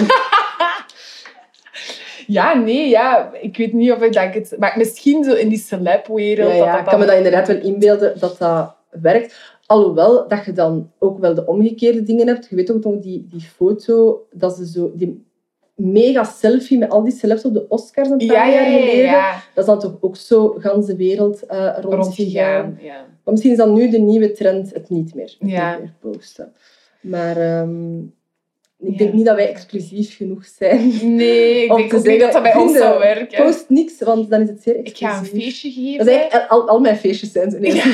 Ja, nee, ja. Ik weet niet of ik dat het... Maar misschien zo in die celeb-wereld... Ja, dat ja, dat ik kan me dan- dat inderdaad wel inbeelden dat dat werkt. Alhoewel dat je dan ook wel de omgekeerde dingen hebt. Je weet ook nog die, die foto, dat ze zo... Die mega selfie met al die celebs op de Oscars een paar Ja, ja, jaar ja, geleden. ja. Dat is dan toch ook zo gans de wereld uh, rondgegaan. Rondgegaan, ja. Maar misschien is dan nu de nieuwe trend het niet meer, het Ja. niet meer posten. Maar ehm, ik Ja. denk niet dat wij exclusief genoeg zijn. Nee, ik om denk te ook niet dat dat bij ons vrienden, zou werken. Post niks, want dan is het zeer Ik exclusief. ga een feestje geven. Dat is eigenlijk al, al mijn feestjes zijn zo ineens.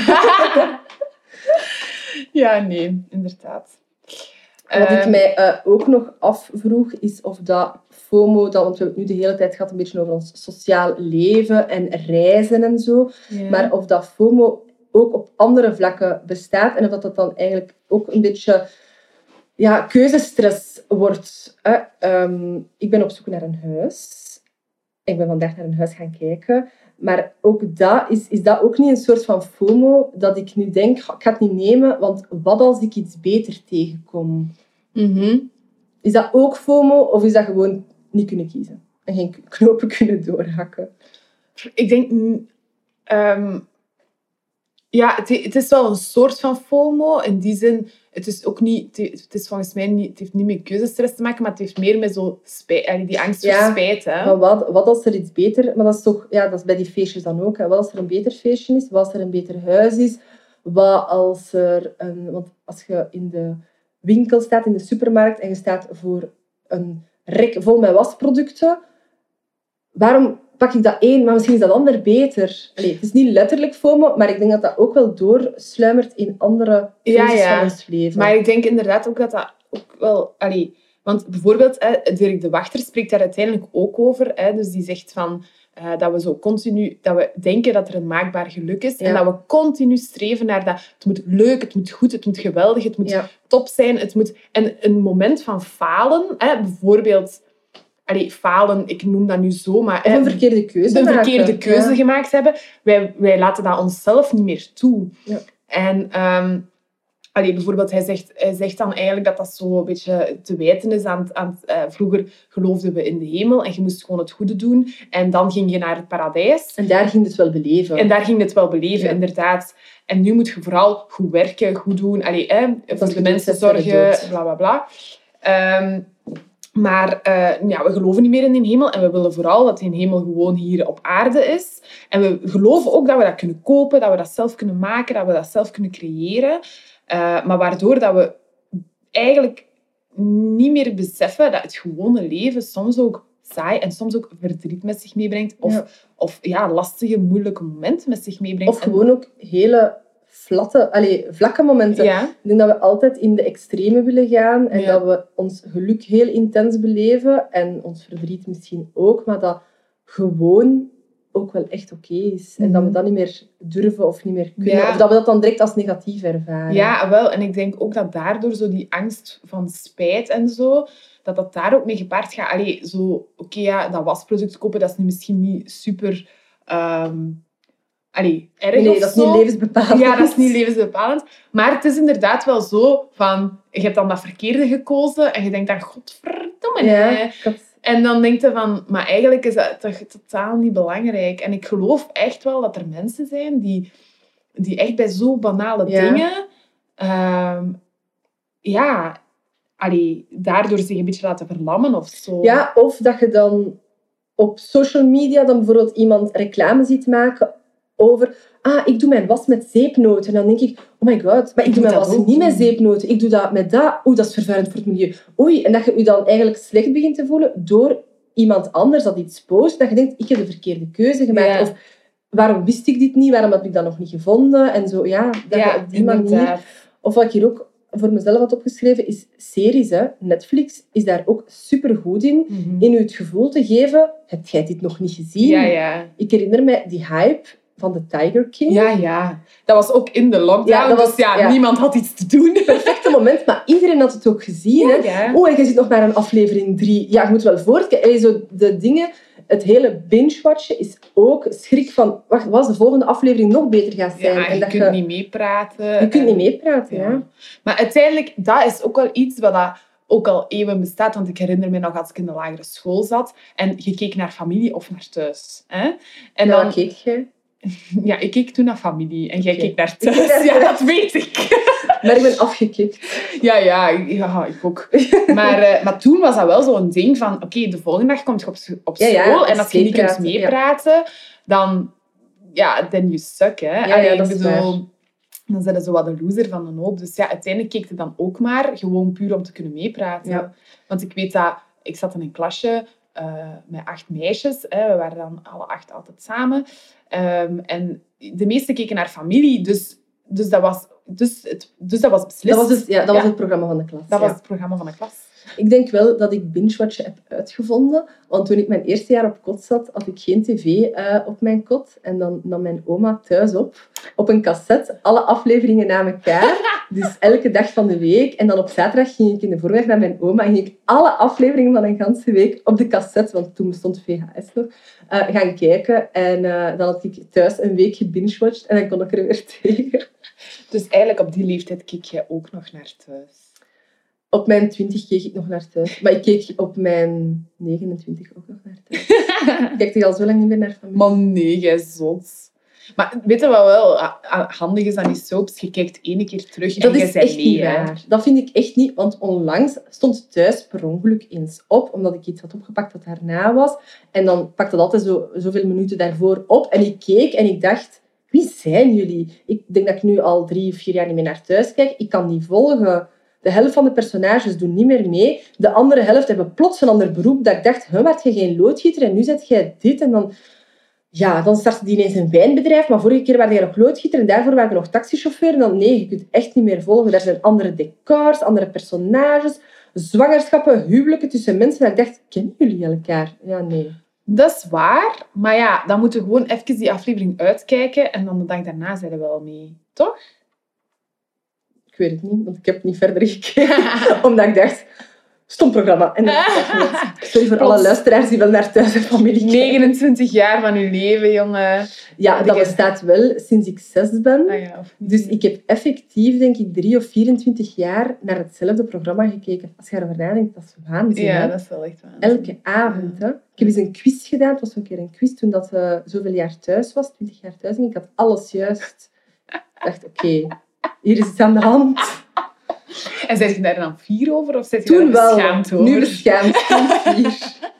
Ja, nee, inderdaad. Wat ik Ehm, mij uh, ook nog afvroeg, is of dat FOMO, dat, want we hebben het nu de hele tijd gehad een beetje over ons sociaal leven en reizen en zo, ja. maar of dat FOMO ook op andere vlakken bestaat en of dat, dat dan eigenlijk ook een beetje ja, keuzestress wordt. Hè. Um, ik ben op zoek naar een huis. Ik ben vandaag naar een huis gaan kijken. Maar ook dat, is, is dat ook niet een soort van FOMO dat ik nu denk, ik ga het niet nemen, want wat als ik iets beter tegenkom? Mhm. Is dat ook FOMO of is dat gewoon niet kunnen kiezen? En geen knopen kunnen doorhakken? Ik denk... mm, ehm, ja, het, het is wel een soort van FOMO. In die zin, het is ook niet... Het is volgens mij niet... Het heeft niet met keuzestress te maken, maar het heeft meer met zo spijt, allee, die angst voor Ja, spijt. Hè? Maar wat, wat als er iets beter... Maar dat is toch... Ja, dat is bij die feestjes dan ook. Hè. Wat als er een beter feestje is? Wat als er een beter huis is? Wat als er een... Want als je in de winkel staat, in de supermarkt, en je staat voor een rek vol met wasproducten, waarom pak ik dat één? Maar misschien is dat ander beter. Allee, het is niet letterlijk FOMO, maar ik denk dat dat ook wel doorsluimert in andere Ja, fases ja. van ons leven. Maar ik denk inderdaad ook dat dat ook wel... Allee, want bijvoorbeeld, hè, Dirk de Wachter spreekt daar uiteindelijk ook over. Hè, dus die zegt van... Uh, dat we zo continu... Dat we denken dat er een maakbaar geluk is. Ja. En dat we continu streven naar dat... Het moet leuk, het moet goed, het moet geweldig, het moet Ja. top zijn. Het moet, en een moment van falen... Hè, bijvoorbeeld... Allee, falen, ik noem dat nu zo, maar... Of hè, een verkeerde keuze de maken. verkeerde keuze Ja. gemaakt hebben. Wij, wij laten dat onszelf niet meer toe. Ja. En um, allee, bijvoorbeeld, hij zegt, hij zegt dan eigenlijk dat dat zo een beetje te wijten is aan... aan uh, vroeger geloofden we in de hemel en je moest gewoon het goede doen. En dan ging je naar het paradijs. En daar ging het wel beleven. En daar ging je het wel beleven, Ja. inderdaad. En nu moet je vooral goed werken, goed doen. Allee, hè, voor je de doet, mensen zet je de zorgen, dood. bla bla bla. Um, Maar uh, ja, we geloven niet meer in een hemel. En we willen vooral dat een hemel gewoon hier op aarde is. En we geloven ook dat we dat kunnen kopen, dat we dat zelf kunnen maken, dat we dat zelf kunnen creëren. Uh, maar waardoor dat we eigenlijk niet meer beseffen dat het gewone leven soms ook saai en soms ook verdriet met zich meebrengt. Of Ja. of ja, lastige, moeilijke momenten met zich meebrengt. Of gewoon ook hele flatte, allez, vlakke momenten. Ja, Ik denk dat we altijd in de extreme willen gaan en Ja. dat we ons geluk heel intens beleven en ons verdriet misschien ook, maar dat gewoon ook wel echt oké is. En dat we Mhm. dat niet meer durven of niet meer kunnen. Ja. Of dat we dat dan direct als negatief ervaren. ja, wel. En ik denk ook dat daardoor zo die angst van spijt en zo, dat dat daar ook mee gepaard gaat. Allee, zo, oké, okay, ja, dat wasproduct kopen, dat is nu misschien niet super... Um, allee, erg Nee, of dat is zo. niet levensbepalend. Ja, dat is niet levensbepalend. Maar het is inderdaad wel zo van... Je hebt dan dat verkeerde gekozen en je denkt dan, godverdomme. Ja, hè. ik had- En dan denk je van, maar eigenlijk is dat toch totaal niet belangrijk. En ik geloof echt wel dat er mensen zijn die, die echt bij zo banale Ja. dingen... Um, ja, allee, daardoor zich een beetje laten verlammen of zo. Ja, of dat je dan op social media dan bijvoorbeeld iemand reclame ziet maken over... Ah, ik doe mijn was met zeepnoten. En dan denk ik, oh my god, maar ik, Ik doe moet mijn dat was ook niet met doen. zeepnoten. Ik doe dat met dat. Oeh, dat is vervuilend voor het milieu. Oei, en dat je je dan eigenlijk slecht begint te voelen door iemand anders dat iets post. Dat je denkt, ik heb de verkeerde keuze gemaakt. Ja. Of waarom wist ik dit niet? Waarom heb ik dat nog niet gevonden? En zo, ja, dat je Ja, op die manier... inderdaad. Of wat ik hier ook voor mezelf had opgeschreven, is series. Hè. Netflix is daar ook supergoed in. Mm-hmm. In u het gevoel te geven, heb jij dit nog niet gezien? Ja, ja. Ik herinner me die hype van The Tiger King. Ja, ja. Dat was ook in de lockdown. Ja, dat was, dus ja, ja. niemand had iets te doen. Perfecte moment, maar iedereen had het ook gezien. Ja, hè. ja. Oh, en je zit nog maar een aflevering drie. Ja, je moet wel voortkijken. Zo de dingen... Het hele binge-watchen is ook schrik van... Wacht, was de volgende aflevering nog beter gaat zijn? Ja, en je dat kunt je, niet meepraten. je kunt en, niet meepraten, ja. ja. Maar uiteindelijk, dat is ook wel iets wat dat ook al eeuwen bestaat. Want ik herinner me nog als ik in de lagere school zat. En je keek naar familie of naar thuis. Hè? En Ja, dan, wat keek jij? ja, ik keek toen naar familie. En jij Oké. keek naar thuis. Ja, dat weet ik. Maar ik ben afgekikt. Ja, ja, ja, ik ook. Maar, uh, maar toen was dat wel zo'n ding van... Oké, okay, de volgende dag kom je op, op school. Ja, ja, en als je niet kunt meepraten, meepraten, ja. dan... Ja, then you suck, hè. Ja, Allee, ja, ik dat is bedoel, waar. dan zijn ze zo wat de loser van de hoop. Dus ja, uiteindelijk keek je dan ook maar gewoon puur om te kunnen meepraten. Ja. Want ik weet dat... Ik zat in een klasje uh, met acht meisjes. Hè. We waren dan alle acht altijd samen. Um, en de meesten keken naar familie. Dus, dus, dat, was, dus, het, dus dat was beslist. Dat was, het, ja, dat ja. was het programma van de klas. Dat ja. was het programma van de klas. Ik denk wel dat ik binge-watchen heb uitgevonden. Want toen ik mijn eerste jaar op kot zat, had ik geen tv uh, op mijn kot. En dan nam mijn oma thuis op, op een cassette, alle afleveringen na elkaar. Dus elke dag van de week. En dan op zaterdag ging ik in de voormiddag naar mijn oma en ging ik alle afleveringen van een ganse week op de cassette, want toen bestond V H S nog, uh, gaan kijken. En uh, dan had ik thuis een week gebinge-watched en dan kon ik er weer tegen. Dus eigenlijk op die leeftijd keek jij ook nog naar thuis? Op mijn twintig keek ik nog naar thuis. Maar ik keek op mijn negenentwintig ook nog naar thuis. Kijk je al zo lang niet meer naar familie? Maar nee, jij zot. Maar weet je wat wel handig is aan die soaps? Je kijkt één keer terug en dat je is bent echt mee. niet Hè? waar. Dat vind ik echt niet. Want onlangs stond thuis per ongeluk eens op. Omdat ik iets had opgepakt dat daarna was. En dan pakte dat altijd zo, zoveel minuten daarvoor op. En ik keek en ik dacht... Wie zijn jullie? Ik denk dat ik nu al drie of vier jaar niet meer naar thuis kijk. Ik kan niet volgen. De helft van de personages doen niet meer mee. De andere helft hebben plots een ander beroep. Dat ik dacht, huh, werd je geen loodgieter en nu zet jij dit. En dan, ja, dan startte die ineens een wijnbedrijf. Maar vorige keer waren jij nog loodgieter en daarvoor waren je nog taxichauffeur. En dan, nee, je kunt echt niet meer volgen. Er zijn andere decors, andere personages, zwangerschappen, huwelijken tussen mensen. Dat ik dacht, kennen jullie elkaar? Ja, nee. Dat is waar. Maar ja, dan moeten we gewoon even die aflevering uitkijken. En dan de dag daarna zijn we wel mee. Toch? Ik weet het niet, want ik heb niet verder gekeken. Omdat ik dacht, stom programma. En sorry voor alle luisteraars die wel naar thuis en familie kijken. negenentwintig jaar van uw leven, jongen. Ja, dat bestaat wel sinds ik zes ben. Ah ja, of dus ik heb effectief, denk ik, drie of vierentwintig jaar naar hetzelfde programma gekeken. Als je erover nadenkt, dat is waanzin. Ja, hè? dat is wel echt waanzin. Elke avond. Hè? Ik heb eens een quiz gedaan. Het was een keer een quiz toen dat uh, zoveel jaar thuis was. twintig jaar thuis. En ik had alles juist. Ik dacht, oké, okay, hier is iets aan de hand. En zit je daar dan fier over? Of zit je toen daar wel. beschaamd over? Nu beschaamd. Toen fier.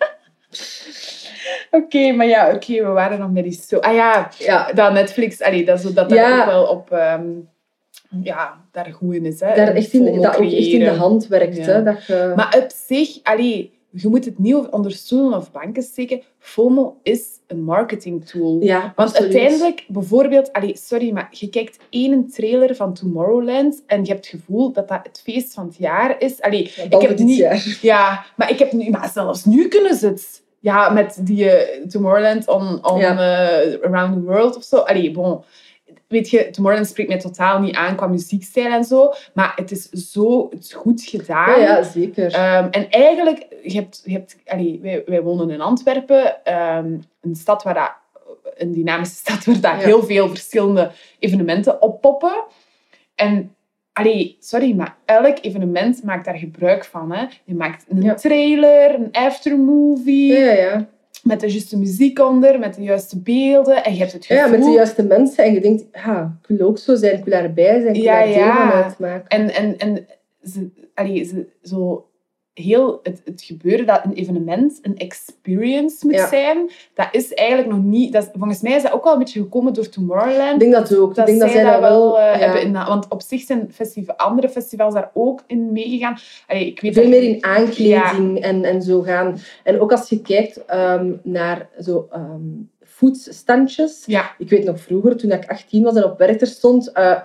Oké, okay, maar ja, oké, okay, we waren nog met die zo... Ah ja, ja. dat Netflix, allee, dat, zo, dat daar ja. ook wel op... Um, ja, daar goed in is. Hè, daar echt in, dat ook echt in de hand werkt. Ja. Hè, dat je... Maar op zich, allee, je moet het niet onder stoelen of banken steken. FOMO is een marketing tool. Ja, Want absoluut. uiteindelijk, bijvoorbeeld... Allee, sorry, maar je kijkt één trailer van Tomorrowland en je hebt het gevoel dat dat het feest van het jaar is. Allee, ja, ik heb dit niet, jaar. Ja, maar ik heb nu... Maar zelfs nu kunnen ze het... Ja, met die uh, Tomorrowland on, on ja. uh, Around the World of zo. Allee, bon... Weet je, Tomorrowland spreekt mij totaal niet aan qua muziekstijl en zo. Maar het is zo het is goed gedaan. Ja, ja zeker. Um, en eigenlijk, je hebt, je hebt, allee, wij, wij wonen in Antwerpen. Um, een stad waar dat, een dynamische stad waar dat ja. heel veel verschillende evenementen oppoppen. En, allee, sorry, maar elk evenement maakt daar gebruik van. Hè. Je maakt een ja. trailer, een aftermovie. Ja, ja. Met de juiste muziek onder, met de juiste beelden. En je hebt het gevoel... Ja, met de juiste mensen. En je denkt, ja, ik wil ook zo zijn, ik wil daarbij zijn, ik wil ja, daar deel ja. van uitmaken. En, en, en ze, allee, ze, zo heel het, het gebeuren dat een evenement een experience moet ja. zijn, dat is eigenlijk nog niet... Dat is, volgens mij is dat ook wel een beetje gekomen door Tomorrowland. Ik denk dat ook. Dat ik denk zij dat zij dat wel uh, ja. hebben. In, want op zich zijn festival, andere festivals daar ook in meegegaan. Allee, ik weet Veel dat, meer in aankleding ja. en, en zo gaan. En ook als je kijkt um, naar zo... Um, foodstandjes. Ja. Ik weet nog vroeger, toen ik achttien was en op Werchter stond, uh, een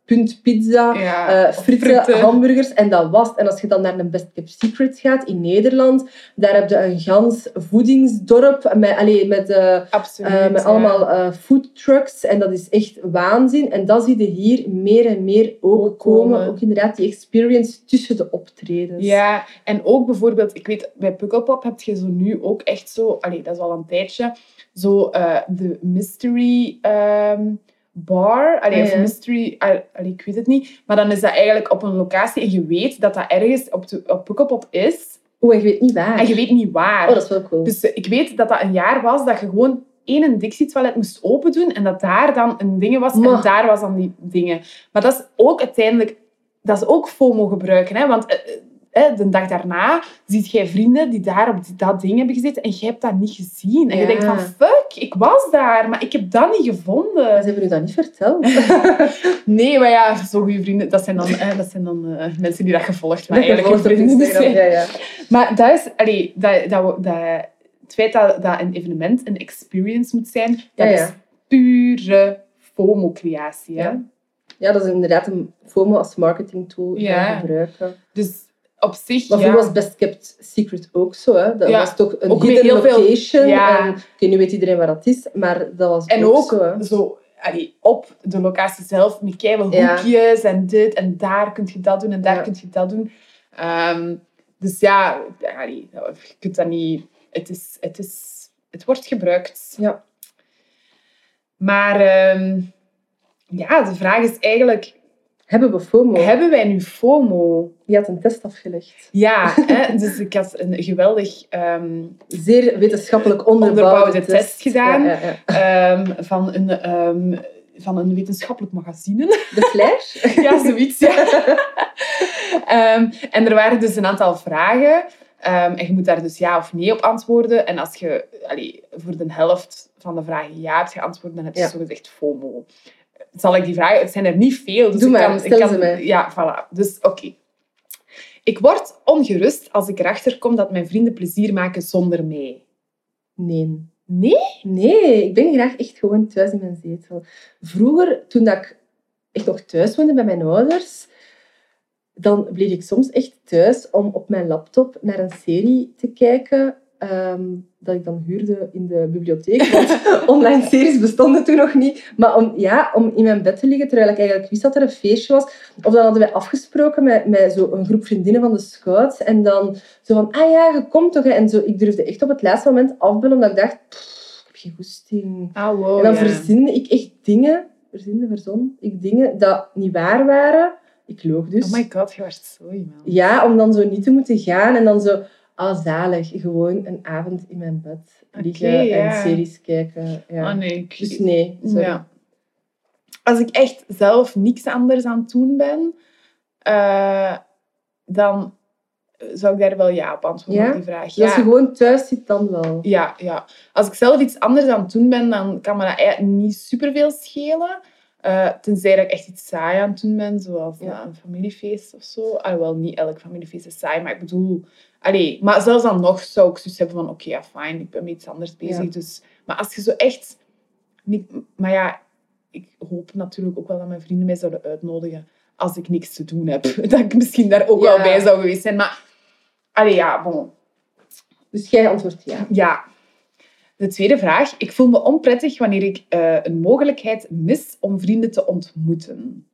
punt pizza, Ja, uh, frieten, frieten, hamburgers. En dat was. En als je dan naar een Best Kept Secret gaat in Nederland, daar heb je een gans voedingsdorp met, allez, met, uh, Absoluut, uh, met ja. allemaal uh, food trucks. En dat is echt waanzin. En dat zie je hier meer en meer ook, Ook komen. komen. Ook inderdaad die experience tussen de optredens. Ja, en ook bijvoorbeeld, ik weet, bij Pukkelpop heb je zo nu ook echt zo, allee, dat is al een tijdje, zo uh, de mystery um, bar, allee, Ah, of ja. mystery, allee, ik weet het niet, maar dan is dat eigenlijk op een locatie en je weet dat dat ergens op, de, op Pukkelpop is Oeh, en je weet niet waar. en je weet niet waar. Oh, dat is wel cool. Dus uh, ik weet dat dat een jaar was dat je gewoon één Dixie-toilet moest open doen en dat daar dan een ding was Maar. en daar was dan die dingen. Maar dat is ook uiteindelijk, dat is ook FOMO gebruiken, hè, want... Uh, Eh, de dag daarna ziet jij vrienden die daar op dat ding hebben gezeten en jij hebt dat niet gezien. En Ja. je denkt van, fuck, ik was daar, maar ik heb dat niet gevonden. Ze hebben u dat niet verteld. Nee, maar ja, zo goede vrienden, dat zijn dan, eh, dat zijn dan uh, mensen die dat gevolgd, maar Dat eigenlijk gevolgd geen op vrienden Instagram, zijn. ja, ja. Maar dat is, allee, dat, dat, dat, het feit dat, dat een evenement een experience moet zijn, dat Ja, ja. is pure FOMO-creatie. Hè? Ja. Ja, dat is inderdaad een FOMO als marketingtool Ja. gaan gebruiken. Dus op zich, Maar ja. vroeger was Best Kept Secret ook zo. Hè. Dat Ja, was toch een ook weer hidden heel veel- location. ja. En, okay, nu weet iedereen waar dat is, maar dat was En ook, ook zo. Hè. zo, allee, op de locatie zelf met keiveel Ja. hoekjes en dit en daar kun je dat doen en daar Ja. kun je dat doen. Um, dus ja, allee, je kunt dat niet... Het, is, het, is, het wordt gebruikt. Ja. Maar um, ja, de vraag is eigenlijk... Hebben we FOMO? Hebben wij nu FOMO? Je had een test afgelegd. Ja, hè, dus ik had een geweldig um, Zeer wetenschappelijk onderbouwde, onderbouwde test gedaan. Ja, ja, ja. um, van, een, um, van een wetenschappelijk magazine. De Flash? Ja, zoiets, ja. um, en er waren dus een aantal vragen. Um, en je moet daar dus ja of nee op antwoorden. En als je allee, voor de helft van de vragen ja hebt geantwoord, dan heb je Ja. zogezegd FOMO. Zal ik die vragen... Het zijn er niet veel. Dus Doe ik maar, kan, stel ik kan, ze mij. Ja, voilà. Dus oké. Okay. Ik word ongerust als ik erachter kom dat mijn vrienden plezier maken zonder mij. Nee. Nee? Nee, ik ben graag echt gewoon thuis in mijn zetel. Vroeger, toen dat ik echt nog thuis woonde bij mijn ouders, dan bleef ik soms echt thuis om op mijn laptop naar een serie te kijken um, dat ik dan huurde in de bibliotheek. Want online series bestonden toen nog niet. Maar om, ja, om in mijn bed te liggen, terwijl ik eigenlijk wist dat er een feestje was. Of dan hadden wij afgesproken met, met zo een groep vriendinnen van de scouts. En dan zo van, ah ja, je komt toch. Hè? En zo, ik durfde echt op het laatste moment afbellen, omdat ik dacht, ik heb geen goesting. Ah, wow, en dan ja. verzinde ik echt dingen, verzinde, verzon, ik dingen dat niet waar waren. Ik loog dus. Oh my god, je was zo iemand. Ja, om dan zo niet te moeten gaan en dan zo, ah, zalig, gewoon een avond in mijn bed liggen Oké, ja. en series kijken. Ja. Oh nee. Ik... Dus nee, sorry. Ja. Als ik echt zelf niks anders aan het doen ben, uh, dan zou ik daar wel ja op antwoorden Ja? op die vraag. Dus Ja. als je gewoon thuis zit, dan wel. Ja, ja. Als ik zelf iets anders aan het doen ben, dan kan me dat eigenlijk niet superveel schelen. Uh, tenzij dat ik echt iets saai aan het doen ben, zoals Ja. na een familiefeest of zo. Alhoewel, niet elk familiefeest is saai, maar ik bedoel... Allee, maar zelfs dan nog zou ik zoiets hebben van, oké, okay, ja, fijn, ik ben met iets anders bezig. Ja. Dus, maar als je zo echt... Niet, maar ja, ik hoop natuurlijk ook wel dat mijn vrienden mij zouden uitnodigen als ik niks te doen heb. Dat ik misschien daar ook Ja. wel bij zou geweest zijn. Maar, allee, ja, bon. Dus jij antwoordt ja. Ja. De tweede vraag. Ik voel me onprettig wanneer ik uh, een mogelijkheid mis om vrienden te ontmoeten.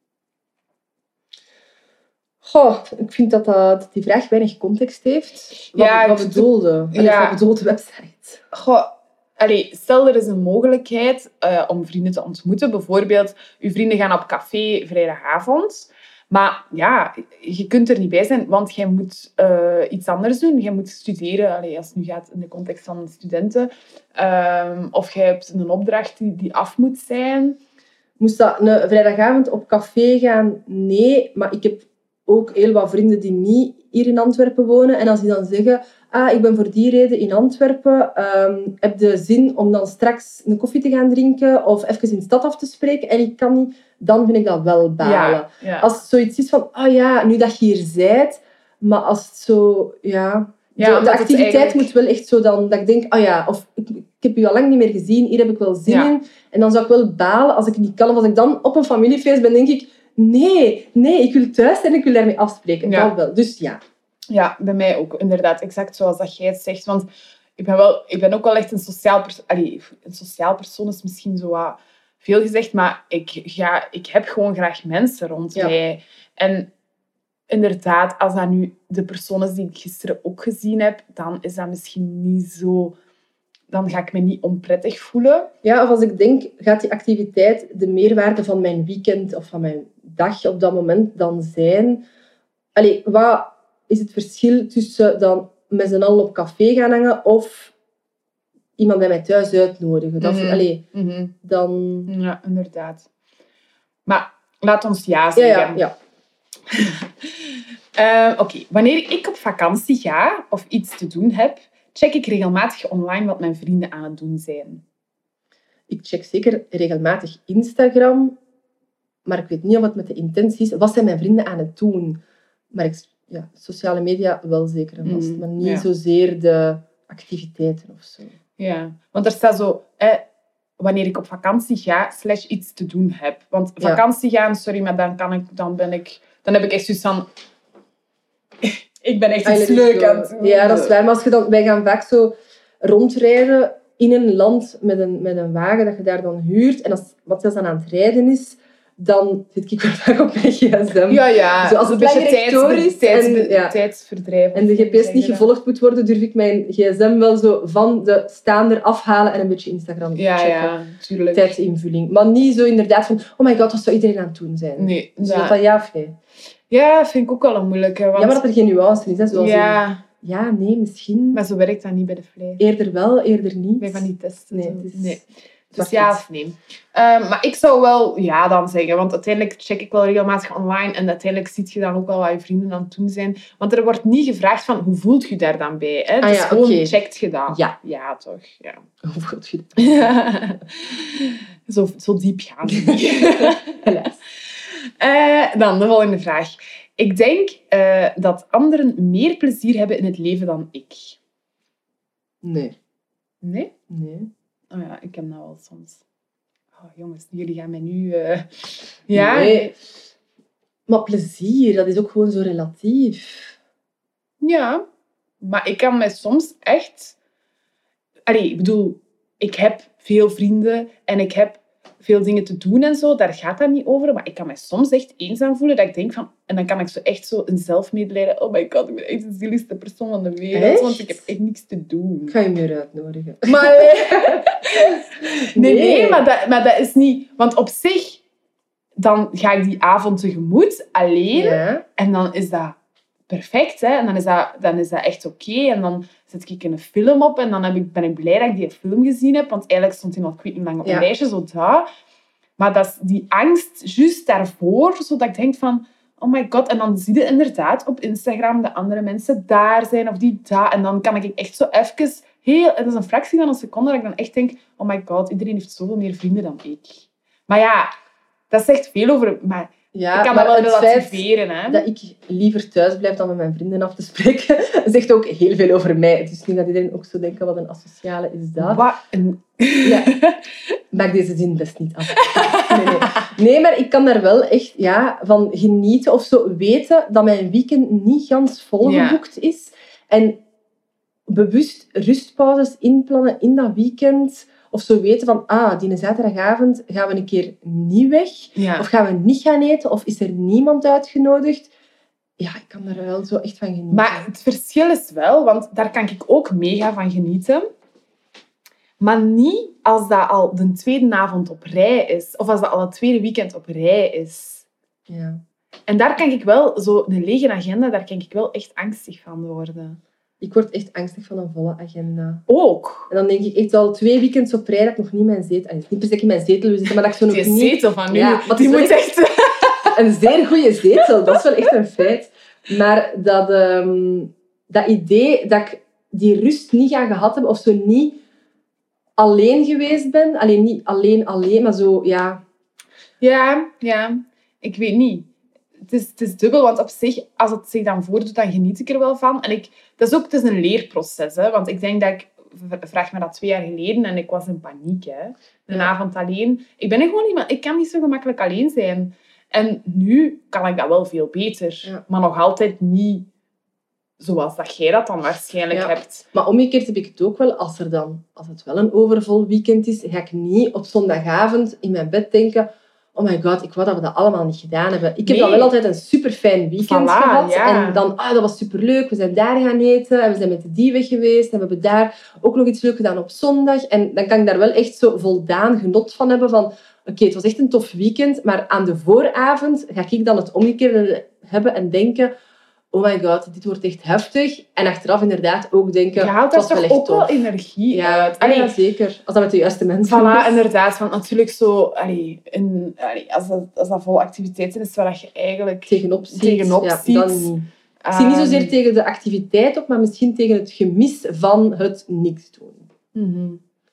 Goh, ik vind dat, dat die vraag weinig context heeft. Wat, Ja, wat ik- bedoelde? Allee, Ja. Wat bedoelt de website? Goh, allee, stel er is een mogelijkheid uh, om vrienden te ontmoeten. Bijvoorbeeld, uw vrienden gaan op café vrijdagavond. Maar ja, je kunt er niet bij zijn, want jij moet uh, iets anders doen. Jij moet studeren, allee, als het nu gaat in de context van studenten. Um, of je hebt een opdracht die, die af moet zijn. Moest dat een vrijdagavond op café gaan? Nee, maar ik heb ook heel wat vrienden die niet hier in Antwerpen wonen. En als die dan zeggen, ah, ik ben voor die reden in Antwerpen, um, heb je zin om dan straks een koffie te gaan drinken of even in de stad af te spreken en ik kan niet, dan vind ik dat wel balen. Ja, ja. Als het zoiets is van, ah oh ja, nu dat je hier zijt, maar als het zo, ja... Ja, de, de omdat het activiteit eigenlijk- moet wel echt zo dan, dat ik denk, ah oh ja, of ik, ik heb je al lang niet meer gezien, hier heb ik wel zin Ja. in. En dan zou ik wel balen als ik niet kan. Of als ik dan op een familiefeest ben, denk ik, Nee, nee, ik wil thuis zijn en ik wil daarmee afspreken. Ja. Dat wel. Dus ja. Ja, bij mij ook. Inderdaad, exact zoals dat jij het zegt. Want ik ben, wel, ik ben ook wel echt een sociaal persoon. Allee, een sociaal persoon is misschien zo wat veel gezegd, maar ik, ga, ik heb gewoon graag mensen rond Ja. mij. En inderdaad, als dat nu de persoon is die ik gisteren ook gezien heb, dan is dat misschien niet zo... Dan ga ik me niet onprettig voelen. Ja, of als ik denk, gaat die activiteit de meerwaarde van mijn weekend of van mijn dag op dat moment dan zijn? Allee, wat is het verschil tussen dan met z'n allen op café gaan hangen of iemand bij mij thuis uitnodigen? Dat, Mhm. allee, Mm-hmm. dan... Ja, inderdaad. Maar laat ons ja Ja, zeggen. ja, ja. Uh, Oké, okay. Wanneer ik op vakantie ga of iets te doen heb, check ik regelmatig online wat mijn vrienden aan het doen zijn. Ik check zeker regelmatig Instagram, maar ik weet niet of het met de intentie is. Wat zijn mijn vrienden aan het doen? Maar ik, ja, sociale media wel zeker en vast, Mm, maar niet ja. zozeer de activiteiten of zo. Ja, want er staat zo... Eh, wanneer ik op vakantie ga, slash iets te doen heb. Want Ja. vakantie gaan, sorry, maar dan, kan ik, dan, ben ik, dan heb ik echt zoiets van... ik ben echt Ah, iets let it leuk go. aan het doen. Ja, dat is waar. Maar als je dan, wij gaan vaak zo rondrijden in een land met een, met een wagen dat je daar dan huurt. En als Matthias dan aan het rijden is, dan zit ik wel vaak op mijn gsm. Ja, ja. Zo, als het een beetje langer rechtdoor is tijds, en- tijds, ja. tijdsverdrijf. En de of hoe G P S zeg niet je dat? gevolgd moet worden, durf ik mijn gsm wel zo van de staander afhalen en een beetje Instagram Ja, checken. ja, tuurlijk. Tijdsinvulling. Maar niet zo inderdaad van, oh my god, wat zou iedereen aan het doen zijn? Nee, Dus ja. dat dat ja of nee? Ja, vind ik ook wel een moeilijke. Want... Ja, maar dat er geen nuance is. Hè, zoals in, ja, ja, nee, misschien. maar zo werkt dat niet bij de vlees. Eerder wel, eerder niet. Bij van die testen. Nee, zo. het is- nee. Dus Wacht ja eens. of nee. Uh, maar ik zou wel ja dan zeggen. Want uiteindelijk check ik wel regelmatig online. En uiteindelijk zie je dan ook wel wat je vrienden aan het doen zijn. Want er wordt niet gevraagd van hoe voelt je daar dan bij. Hè? Ah Dus ja, gewoon oké. checkt je dat. Ja. Ja, toch. Ja. Hoe voelt je dat? zo, zo diep gaan we niet. Helaas. Uh, dan de volgende vraag. Ik denk uh, dat anderen meer plezier hebben in het leven dan ik. Nee. Nee? Nee. Oh ja, ik heb dat wel soms. Oh, jongens, jullie gaan mij nu... Uh... Ja? Nee. Maar plezier, dat is ook gewoon zo relatief. Ja. Maar ik kan mij soms echt... Allee, ik bedoel, ik heb veel vrienden en ik heb veel dingen te doen en zo. Daar gaat dat niet over. Maar ik kan mij soms echt eenzaam voelen dat ik denk van... En dan kan ik zo echt zo een zelfmedelijden... Oh my god, ik ben echt de zieligste persoon van de wereld. Echt? Want ik heb echt niks te doen. Ik ga je meer uitnodigen. Maar nee, nee, maar, dat, maar dat is niet... Want op zich, dan ga ik die avond tegemoet, alleen. Ja. En dan is dat perfect, hè. En dan is dat, dan is dat echt oké. En dan zet ik een film op en dan heb ik, ben ik blij dat ik die film gezien heb. Want eigenlijk stond hij al, ik weet niet lang op mijn Ja. lijstje, zo dat. Maar dat is die angst juist daarvoor, zodat ik denk van... Oh my god. En dan zie je inderdaad op Instagram dat andere mensen daar zijn of die daar. En dan kan ik echt zo even... Heel, het is een fractie van een seconde dat ik dan echt denk... Oh my god, iedereen heeft zoveel meer vrienden dan ik. Maar ja, dat zegt veel over... Maar Ja, ik kan maar dat wel het feit relativeren, hè. dat ik liever thuis blijf dan met mijn vrienden af te spreken, zegt ook heel veel over mij. Het is niet dat iedereen ook zo denkt, wat een asociale is dat. Wat een... Ja. Maak deze zin best niet af. Nee, nee. nee, maar ik kan daar wel echt ja, van genieten of zo weten dat mijn weekend niet gans volgeboekt is. En bewust rustpauzes inplannen in dat weekend. Of zo weten van, ah, die zaterdagavond gaan we een keer niet weg. Ja. Of gaan we niet gaan eten. Of is er niemand uitgenodigd. Ja, ik kan daar wel zo echt van genieten. Maar het verschil is wel, want daar kan ik ook mega van genieten. Maar niet als dat al de tweede avond op rij is. Of als dat al het tweede weekend op rij is. Ja. En daar kan ik wel, zo een lege agenda, daar kan ik wel echt angstig van worden. Ik word echt angstig van een volle agenda. Ook. En dan denk ik echt al twee weekends op rij dat ik nog niet mijn zetel... Het is niet per se dat ik in mijn zetel wil zitten, maar dat ik zo nog Die niet... zetel van nu, Ja, maar het die is wel moet echt... Een zeer goede zetel, dat is wel echt een feit. Maar dat, ehm, dat idee dat ik die rust niet ga gehad hebben, of zo niet alleen geweest ben, alleen niet alleen, alleen, maar zo, ja... Ja, ja. Ik weet niet. Het is, het is dubbel, want op zich, als het zich dan voordoet, dan geniet ik er wel van. En ik, dat is ook het is een leerproces, hè. Want ik denk dat ik... Vraag me dat twee jaar geleden en ik was in paniek, hè. Een Ja. avond alleen. Ik ben er gewoon iemand... Ik kan niet zo gemakkelijk alleen zijn. En nu kan ik dat wel veel beter. Ja. Maar nog altijd niet zoals dat jij dat dan waarschijnlijk Ja. hebt. Maar omgekeerd heb ik het ook wel, als, er dan, als het wel een overvol weekend is, ga ik niet op zondagavond in mijn bed denken, oh my god, ik wou dat we dat allemaal niet gedaan hebben. Ik heb Nee. dan wel altijd een super fijn weekend Voilà, gehad. ja. En dan, ah, dat was superleuk. We zijn daar gaan eten. En we zijn met de die weg geweest. En we hebben daar ook nog iets leuks gedaan op zondag. En dan kan ik daar wel echt zo voldaan genot van hebben. Van, oké, okay, het was echt een tof weekend. Maar aan de vooravond ga ik dan het omgekeerde hebben en denken, oh my god, dit wordt echt heftig. En achteraf inderdaad ook denken, Je haalt het daar was wel toch echt ook wel tof. energie Ja, uit. Allee, Allee, ja, zeker. Als dat met de juiste mensen Voilà, is. inderdaad. Want natuurlijk zo... Allee, een, allee, als, dat, als dat vol activiteiten is waar je eigenlijk Tegenop ziet. tegenop ja, ziet. dan niet. Ik zie niet Ehm, zozeer tegen de activiteit op, maar misschien tegen het gemis van het niks doen. mhm.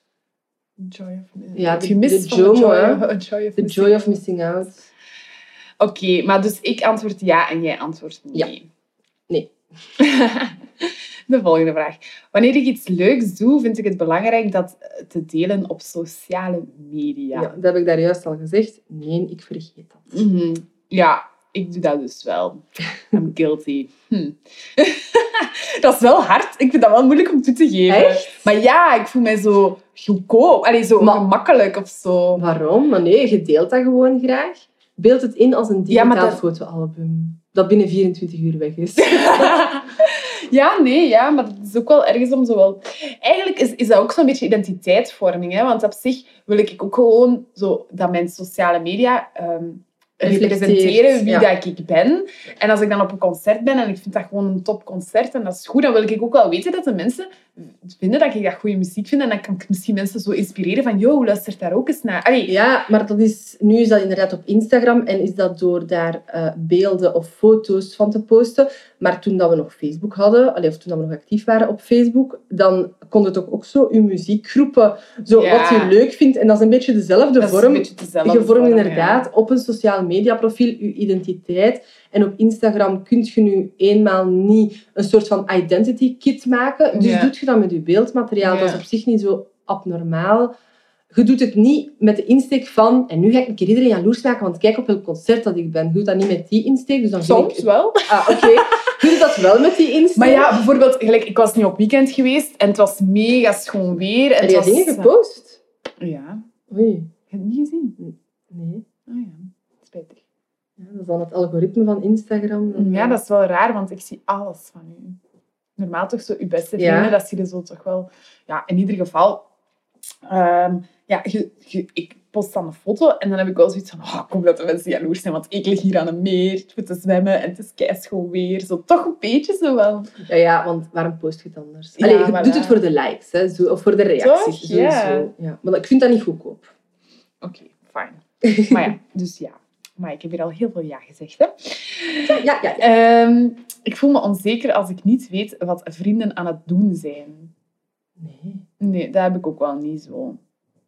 Joy of... Ja, het de- gemis de van JOMO, joy, hè. of- joy of The missing joy of out. missing out. Oké, maar dus ik antwoord ja en jij antwoordt nee. Nee. De volgende vraag. Wanneer ik iets leuks doe, vind ik het belangrijk dat te delen op sociale media. Ja, dat heb ik daar juist al gezegd. Nee, ik vergeet dat. Mhm. Ja, ik doe dat dus wel. I'm guilty. Hm. Dat is wel hard. Ik vind dat wel moeilijk om toe te geven. Echt? Maar ja, ik voel mij zo goedkoop. Allee, zo Maar- gemakkelijk of zo. Waarom? Maar nee, je deelt dat gewoon graag. Beeld het in als een Ja, digitaal maar dat- fotoalbum. Dat binnen vierentwintig uur weg is. Ja, nee, ja, maar dat is ook wel ergens om zo wel... Eigenlijk is, is dat ook zo'n beetje identiteitsvorming, hè? Want op zich wil ik ook gewoon zo dat mijn sociale media ehm, Reflecteert, representeren wie ja. dat ik ben. En als ik dan op een concert ben en ik vind dat gewoon een topconcert en dat is goed, dan wil ik ook wel weten dat de mensen vinden dat ik dat goede muziek vind en dan kan ik misschien mensen zo inspireren van yo, luister daar ook eens naar. Allee, Ja, maar dat is, nu is dat inderdaad op Instagram en is dat door daar uh, beelden of foto's van te posten. Maar toen dat we nog Facebook hadden, allee, of toen dat we nog actief waren op Facebook, dan kon je toch ook zo je muziekgroepen, zo Ja. wat je leuk vindt. En dat is een beetje dezelfde dat is een vorm. beetje dezelfde Je vormt vorm, inderdaad ja. op een sociaal media profiel je identiteit. En op Instagram kun je nu eenmaal niet een soort van identity kit maken. Dus Ja. doe je dat met je beeldmateriaal. Ja. Dat is op zich niet zo abnormaal. Je doet het niet met de insteek van... En nu ga ik een keer iedereen jaloers maken, want kijk op welk concert dat ik ben. Je doet dat niet met die insteek. Dus dan vind Soms ik... wel. Ah, oké. Okay. Je doet dat wel met die insteek. Maar ja, bijvoorbeeld, gelijk, ik was nu op weekend geweest en het was mega schoon weer. En Heb het je was... dingen gepost? Ja. Oei. Heb je het niet gezien? Nee. Oh ja, spijtig. Ja, dat is dan het algoritme van Instagram. Ja, dat is wel raar, want ik zie alles van u. Normaal toch zo uw beste Ja. vrienden, dat zie je zo toch wel... Ja, in ieder geval... ehm, ja, je, je- ik post dan een foto en dan heb ik wel zoiets van... Oh, ik hoop dat de mensen jaloers zijn, want ik lig hier aan een meer voor te zwemmen en het is keischoon weer. Zo, toch een beetje zo wel. Ja, ja, want waarom post je het anders? Ja, Allee, je voilà. doet het voor de likes, hè, zo, of voor de reacties. Toch? Sowieso. Ja. Ja. Maar ik vind dat niet goedkoop. Oké, fijn. Maar ja, dus ja. Maar ik heb hier al heel veel ja gezegd, hè. Ja, ja, ja. Ehm, ik voel me onzeker als ik niet weet wat vrienden aan het doen zijn. Nee. Nee, dat heb ik ook wel niet zo.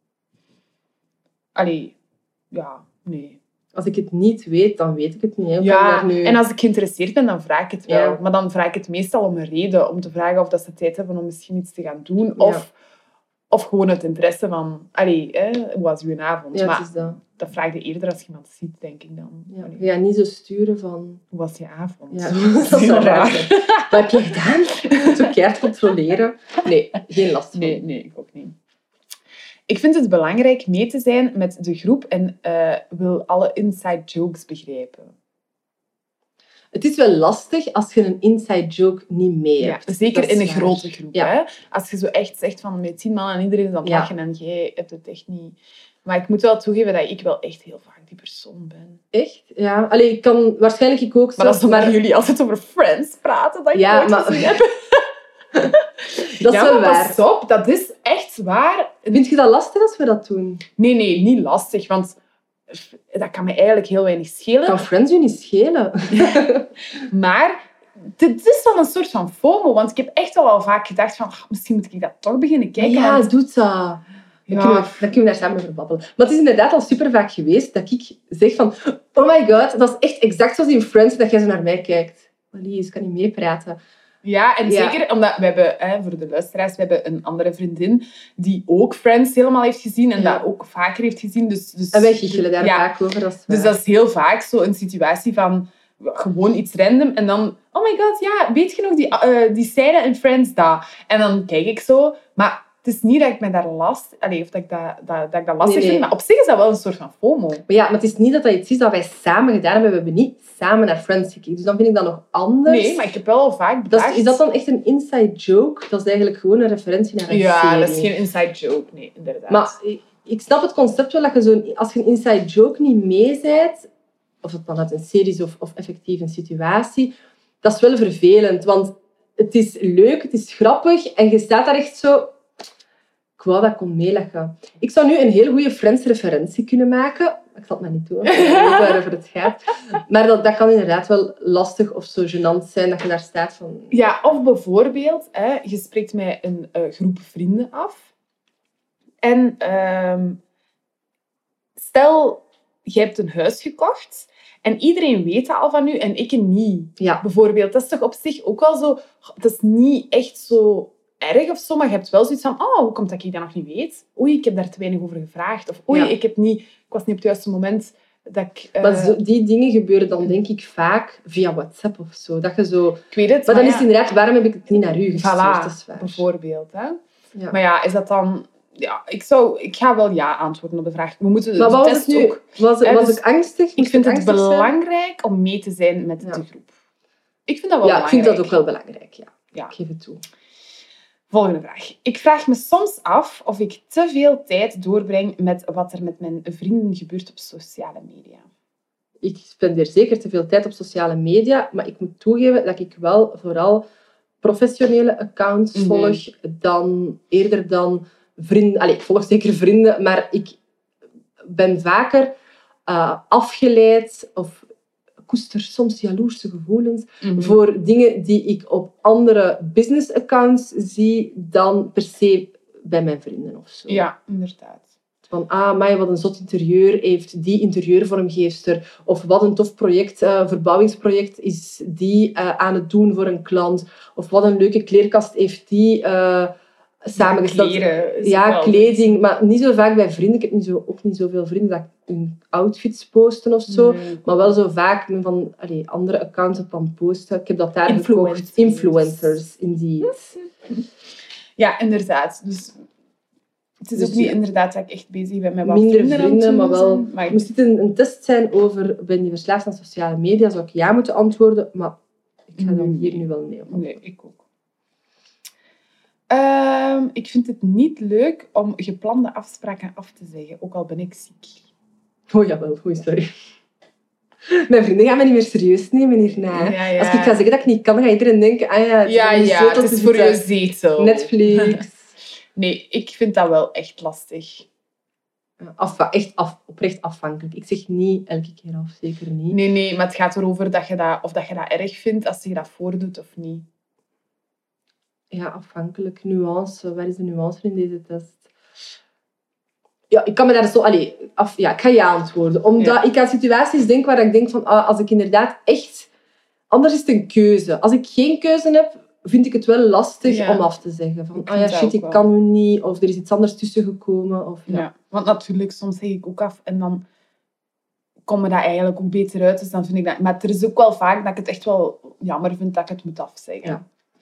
Allee, ja, nee. Als ik het niet weet, dan weet ik het niet. Hè. Hoe kan Ja, ik daar nu... en als ik geïnteresseerd ben, dan vraag ik het wel. Ja. Maar dan vraag ik het meestal om een reden. Om te vragen of dat ze tijd hebben om misschien iets te gaan doen. Ja. Of, of gewoon het interesse van... Allee, hè, hoe was uw avond? Ja, maar het is dat. dat vraag je eerder als je iemand ziet, denk ik dan. Ja. Allee, Je gaat niet zo sturen van... hoe was je avond? Ja, dat is heel wel raar. Wat heb je gedaan? Zo keihard controleren. Nee, geen last van. Nee, nee, ik ook niet. Ik vind het belangrijk mee te zijn met de groep en eh, wil alle inside jokes begrijpen. Het is wel lastig als je een inside joke niet mee Ja, hebt. zeker Dat is in een waar. grote groep. Ja. Hè? Als je zo echt zegt van met tien man en iedereen is aan het Ja. lachen en jij hebt het echt niet... Maar ik moet wel toegeven dat ik wel echt heel vaak die persoon ben. Echt? Ja. Allee, ik kan waarschijnlijk ik ook zo... Maar dat is omdat jullie altijd over Friends praten, dat ik Ja, nooit maar- gezien heb. Dat is ja, wel maar waar. pas op, dat is echt waar. Vind je dat lastig als we dat doen? Nee, nee, niet lastig, want dat kan me eigenlijk heel weinig schelen. Kan Friends je niet schelen? Maar dit is wel een soort van FOMO, want ik heb echt al, al vaak gedacht van ach, misschien moet ik dat toch beginnen kijken. ja, want- doe dat. Dan, Ja. kunnen we, dan kunnen we daar samen over babbelen. Maar het is inderdaad al super vaak geweest dat ik zeg van oh my god, dat is echt exact zoals in Friends dat jij zo naar mij kijkt. Alice, ik kan niet meepraten. Ja, en Ja. zeker omdat we hebben, hè, voor de luisteraars, we hebben een andere vriendin die ook Friends helemaal heeft gezien en Ja. dat ook vaker heeft gezien. Dus, dus, En wij giechelen daar ja. vaak over, dat is waar. Dus dat is heel vaak zo een situatie van gewoon iets random en dan, oh my god, ja, weet je nog die, uh, die scène in Friends, dat? En dan kijk ik zo, maar het is niet dat ik me daar last, allez, of dat ik dat, dat, dat, ik dat lastig Nee, nee. vind, maar op zich is dat wel een soort van FOMO. Maar ja, maar het is niet dat dat iets is dat wij samen gedaan hebben. We hebben niet samen naar Friends gekeken. Dus dan vind ik dat nog anders. Nee, maar ik heb wel al vaak Dat bedacht... is, is dat dan echt een inside joke? Dat is eigenlijk gewoon een referentie naar een Ja, serie. dat is geen inside joke, nee, inderdaad. Maar ik, ik snap het concept wel dat je zo'n... Als je een inside joke niet meezijt, of het dan uit een serie is of, of effectief een situatie, dat is wel vervelend. Want het is leuk, het is grappig en je staat daar echt zo... Ik wou dat ik kon meelachen. Ik zou nu een heel goede Friends-referentie kunnen maken. Ik zal het maar niet doen, want ik weet niet waarover het gaat. Maar dat, dat kan inderdaad wel lastig of zo gênant zijn dat je daar staat van... Ja, of bijvoorbeeld, hè, je spreekt met een uh, groep vrienden af. En ehm, stel, je hebt een huis gekocht en iedereen weet dat al van u en ik niet. Ja. Bijvoorbeeld, dat is toch op zich ook wel zo... Dat is niet echt zo erg of zo, maar je hebt wel zoiets van, oh, hoe komt dat ik dat nog niet weet? Oei, ik heb daar te weinig over gevraagd. Of oei, Ja. ik, heb niet, ik was niet op het juiste moment dat ik... Uh, Maar zo, die dingen gebeuren dan denk ik vaak via WhatsApp of zo. Dat je zo... ik weet het, Maar dan ja, is het inderdaad, waarom heb ik het niet naar u gestuurd? voilà, Dat is waar. bijvoorbeeld. Hè? Ja. Maar ja, is dat dan... Ja, ik, zou, ik ga wel ja antwoorden op de vraag. We moeten Maar de wat was test het nu? ook... Was, hè, was dus ik angstig? Ik Moest vind het angstig zijn? belangrijk om mee te zijn met Ja. de groep. Ik vind dat wel Ja, ik belangrijk. vind dat ook wel belangrijk. Ja. Ja. Ik geef het toe. Volgende vraag. Ik vraag me soms af of ik te veel tijd doorbreng met wat er met mijn vrienden gebeurt op sociale media. Ik spendeer zeker te veel tijd op sociale media, maar ik moet toegeven dat ik wel vooral professionele accounts Mhm. volg, dan, eerder dan vrienden. Allee, ik volg zeker vrienden, maar ik ben vaker uh, afgeleid of koester soms jaloerse gevoelens Mhm. voor dingen die ik op andere business accounts zie dan per se bij mijn vrienden of zo. Ja, inderdaad. Van, ah, amai, wat een zot interieur heeft die interieurvormgeefster. Of wat een tof project, uh, verbouwingsproject is die uh, aan het doen voor een klant. Of wat een leuke kleerkast heeft die uh, samengesteld. Ja, kleren is Ja, wel- kleding. Maar niet zo vaak bij vrienden. Ik heb niet zo, ook niet zoveel vrienden dat hun outfits posten of zo. Nee. Maar wel zo vaak van allee, andere accounts op aan posten. Ik heb dat daar Influencers. gekocht. Influencers, indeed. Ja, inderdaad. Dus het is Dus ook niet ja. inderdaad dat ik echt bezig ben met wat Minder vrienden, aan het vrienden, doen maar wel... zijn. Maar Moest dit een, een test zijn over ben je verslaafd aan sociale media, zou ik ja moeten antwoorden. Maar ik ga dan hier nu wel nee op. nee, ik ook. Ehm, ik vind het niet leuk om geplande afspraken af te zeggen, ook al ben ik ziek. Oh jawel, oei, sorry. Mijn vrienden gaan me niet meer serieus nemen hierna. Ja, ja. Als ik ga zeggen dat ik niet kan, dan gaat iedereen denken, ah ja, het is Ja, om je ja, zetel het te is voor je zitten. zetel. Netflix. Nee, ik vind dat wel echt lastig. Af, echt af, oprecht afhankelijk. Ik zeg niet elke keer af, zeker niet. Nee, nee, maar het gaat erover dat je dat, of dat je dat erg vindt als je dat voordoet of niet. Ja, afhankelijk. Nuance. Waar is de nuance in deze test? Ja, ik kan me daar zo... Allee, af, ja, ik ga ja antwoorden. Omdat Ja. ik aan situaties denk waar ik denk van... Ah, als ik inderdaad echt... Anders is het een keuze. Als ik geen keuze heb, vind ik het wel lastig Ja. om af te zeggen. Van, Ik ah ja, vind dat shit, ook ik wel. kan nu niet. Of er is iets anders tussen gekomen. Of, ja. Ja. Want natuurlijk, soms zeg ik ook af en dan komt me dat eigenlijk ook beter uit. Dus dan vind ik dat... Maar er is ook wel vaak dat ik het echt wel jammer vind dat ik het moet afzeggen.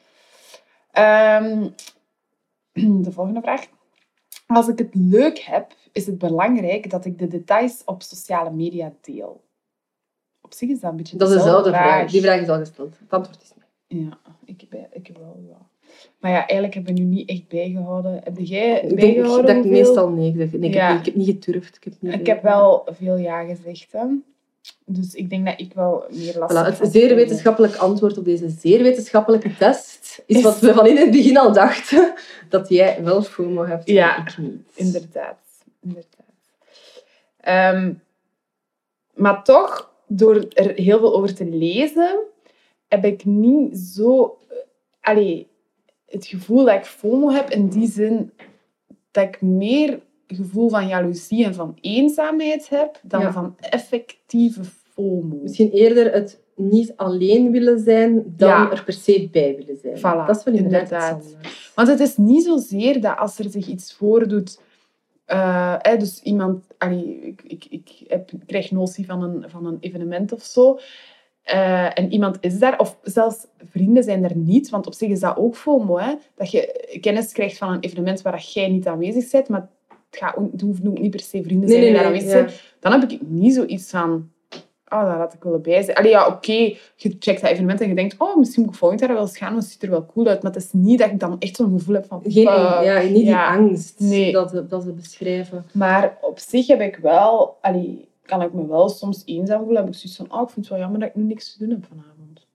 Ehm, de volgende vraag. Als ik het leuk heb, is het belangrijk dat ik de details op sociale media deel. Op zich is dat een beetje Dat is dezelfde vraag. vraag. Die vraag is al gesteld. Het antwoord is nee. Ja, ik, bij, ik wel, ja. Maar ja, eigenlijk hebben we nu niet echt bijgehouden. Heb jij Ik denk bijgehouden dat ik hoeveel? meestal nee zeg. Nee, ik, Ja. heb niet, ik heb niet geturfd. Ik heb, niet Ik heb wel veel ja gezegd, hè. Dus ik denk dat ik wel meer last Voilà, heb het van zeer FOMO. wetenschappelijk antwoord op deze zeer wetenschappelijke test is wat we van in het begin al dachten. Dat jij wel FOMO hebt Ja, en ik niet. Inderdaad. inderdaad. Ehm, maar toch, door er heel veel over te lezen, heb ik niet zo... eh, Allee, het gevoel dat ik FOMO heb in die zin dat ik meer gevoel van jaloezie en van eenzaamheid heb dan Ja. van effectieve FOMO. Misschien eerder het niet alleen willen zijn dan Ja. er per se bij willen zijn. Voilà, dat is wel inderdaad, inderdaad. iets anders. Want het is niet zozeer dat als er zich iets voordoet... Uh, hè, dus iemand... Allee, ik, ik, ik, heb, ik krijg notie van een, van een evenement of zo. Uh, en iemand is daar. Of zelfs vrienden zijn er niet. Want op zich is dat ook FOMO. Hè? Dat je kennis krijgt van een evenement waar jij niet aanwezig bent. Maar het, gaat, het hoeft ook niet per se vrienden zijn nee, die nee, daar nee, aanwezig ja. zijn. Dan heb ik niet zoiets van... Oh, daar had ik willen bij zijn. Allee, ja, oké. Okay. Je checkt dat evenement en je denkt... Oh, misschien moet ik volgend jaar wel eens gaan. Want het ziet er wel cool uit. Maar het is niet dat ik dan echt zo'n gevoel heb van... Geen, ja, niet die ja, angst nee. dat, ze, dat ze beschrijven. Maar op zich heb ik wel... Allee, kan ik me wel soms eenzaam voelen. Heb ik zoiets van... Oh, ik vind het wel jammer dat ik nu niks te doen heb vanavond.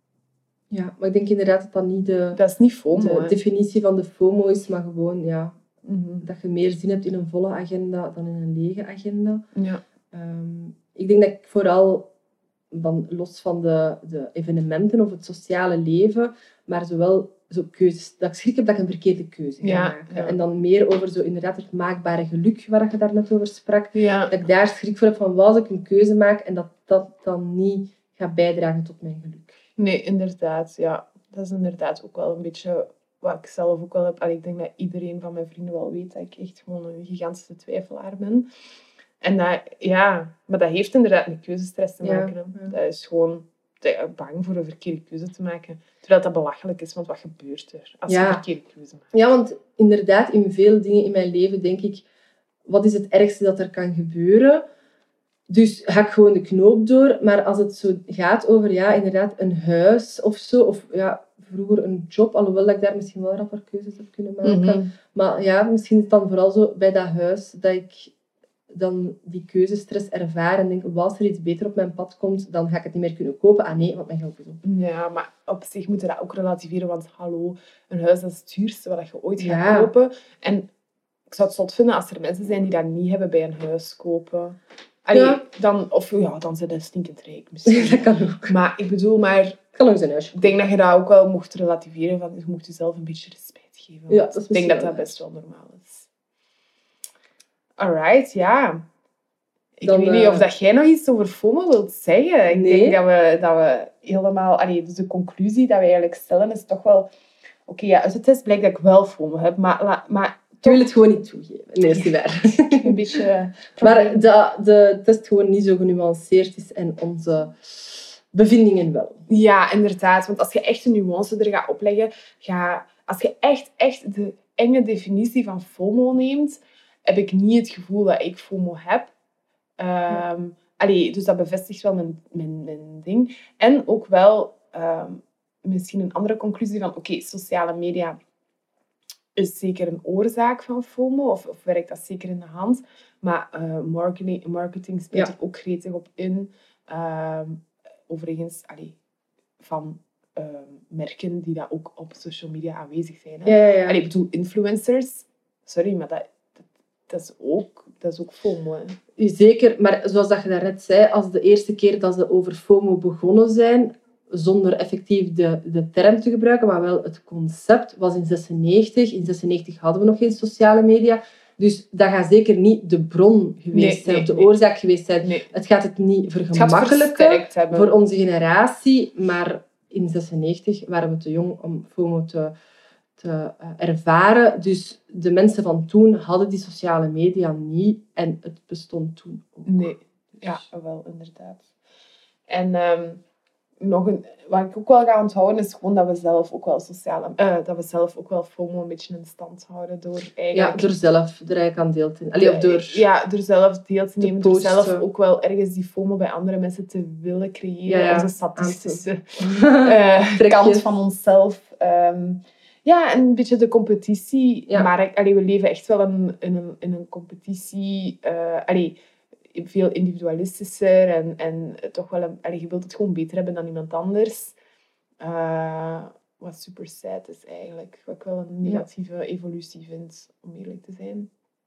Ja, maar ik denk inderdaad dat dat niet de, dat is niet FOMO, de hè. definitie van de FOMO is. Maar gewoon, ja... Mm-hmm. Dat je meer zin hebt in een volle agenda dan in een lege agenda. Ja. Um, ik denk dat ik vooral... Van, los van de, de evenementen of het sociale leven, maar zowel zo keuzes, dat ik schrik heb dat ik een verkeerde keuze ga ja, maken. Ja. En dan meer over zo inderdaad het maakbare geluk, waar je daar net over sprak. Ja. Dat ik daar schrik voor heb van wat als ik een keuze maak en dat dat dan niet gaat bijdragen tot mijn geluk. Nee, inderdaad. Ja. Dat is inderdaad ook wel een beetje wat ik zelf ook wel heb. Allee, ik denk dat iedereen van mijn vrienden wel weet dat ik echt gewoon een gigantische twijfelaar ben. En dat, ja, maar dat heeft inderdaad met keuzestress te maken. Ja, ja. Dat is gewoon bang voor een verkeerde keuze te maken. Terwijl dat belachelijk is, want wat gebeurt er als je ja. een verkeerde keuze maakt? Ja, want inderdaad, in veel dingen in mijn leven denk ik, wat is het ergste dat er kan gebeuren? Dus hak gewoon de knoop door. Maar als het zo gaat over, ja, inderdaad, een huis of zo, of ja, vroeger een job, alhoewel dat ik daar misschien wel rapper keuzes heb kunnen maken. Mm-hmm. Maar ja, misschien is het dan vooral zo bij dat huis dat ik dan die keuzestress ervaar en denk, als er iets beter op mijn pad komt, dan ga ik het niet meer kunnen kopen. Ah nee, want mijn geld is op. Ja, maar op zich moet je dat ook relativeren, want hallo, een huis dat is het duurste wat je ooit gaat ja. kopen. En ik zou het zot vinden als er mensen zijn die dat niet hebben bij een huis kopen. Allee, ja. dan, of ja, dan zijn ze stinkend rijk misschien. Dat kan ook. Maar ik bedoel, maar... Kan ook zijn huisje. Ik denk dat je dat ook wel mocht relativeren, van je mocht jezelf een beetje respect geven. Ja, dat is ik denk dat dat best wel normaal is. Alright, ja. Ik dan, weet niet uh... of dat jij nog iets over FOMO wilt zeggen. Ik nee. denk dat we, dat we helemaal... Allee, dus de conclusie dat we eigenlijk stellen is toch wel... Oké, okay, ja, uit de test blijkt dat ik wel FOMO heb, maar... maar ik wil het gewoon niet toegeven. Nee, is niet waar. Een beetje... Maar dat de test gewoon niet zo genuanceerd is en onze bevindingen wel. Ja, inderdaad. Want als je echt een nuance er gaat opleggen, ga, als je echt, echt de enge definitie van FOMO neemt, heb ik niet het gevoel dat ik FOMO heb. Um, ja. Allee, dus dat bevestigt wel mijn, mijn, mijn ding. En ook wel um, misschien een andere conclusie van, oké, okay, sociale media is zeker een oorzaak van FOMO, of, of werkt dat zeker in de hand. Maar uh, marketing, marketing speelt ja. er ook gretig op in. Um, overigens, allee, van uh, merken die dat ook op social media aanwezig zijn. Hè? Ja, ja, ja. Allee, ik bedoel, influencers, sorry, maar dat, dat, dat, is, ook, dat is ook FOMO. Hè? Zeker, maar zoals dat je daarnet zei, als de eerste keer dat ze over FOMO begonnen zijn, zonder effectief de, de term te gebruiken, maar wel het concept, was in zesennegentig. In zesennegentig hadden we nog geen sociale media. Dus dat gaat zeker niet de bron geweest nee, zijn, nee, of de nee. oorzaak geweest zijn. Nee. Het gaat het niet vergemakkelijken het voor onze generatie, maar in zesennegentig waren we te jong om FOMO te, te uh, ervaren. Dus de mensen van toen hadden die sociale media niet en het bestond toen ook. Nee, ja, wel, inderdaad. En... Um... Nog een, wat ik ook wel ga onthouden, is gewoon dat we zelf ook wel sociale... Uh, dat we zelf ook wel FOMO een beetje in stand houden door eigenlijk... Ja, door zelf er eigenlijk aan deel te nemen. Allee, of door... Ja, door zelf deel te nemen. Te door zelf ook wel ergens die FOMO bij andere mensen te willen creëren. Ja, ja. Onze statistische uh, kant van onszelf. Um, ja, en een beetje de competitie. Ja. Maar allee, we leven echt wel in, in, een, in een competitie... Uh, allee, veel individualistischer en, en toch wel een, allee, je wilt het gewoon beter hebben dan iemand anders. Uh, wat super sad is eigenlijk. Wat ik wel een negatieve ja. evolutie vind, om eerlijk te zijn.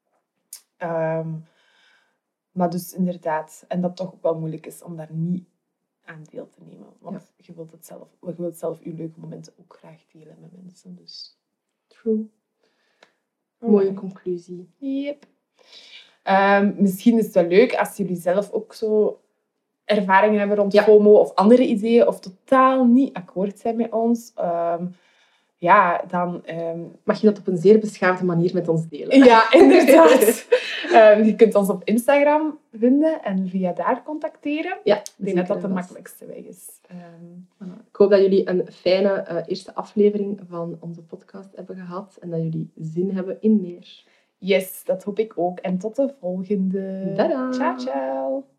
Um, maar dus inderdaad, en dat toch ook wel moeilijk is om daar niet aan deel te nemen. Want ja. je wilt het zelf, je wilt zelf je leuke momenten ook graag delen met mensen. Dus. True. Mooie conclusie. Yep. Um, misschien is het wel leuk als jullie zelf ook zo ervaringen hebben rond Ja. FOMO of andere ideeën of totaal niet akkoord zijn met ons, um, ja, dan... Um... mag je dat op een zeer beschaafde manier met ons delen. Ja, inderdaad. um, je kunt ons op Instagram vinden en via daar contacteren. Ja, ik denk dat dat de makkelijkste weg is. Um... Ik hoop dat jullie een fijne uh, eerste aflevering van onze podcast hebben gehad en dat jullie zin hebben in meer. Yes, dat hoop ik ook. En tot de volgende. Tada! Ciao, ciao.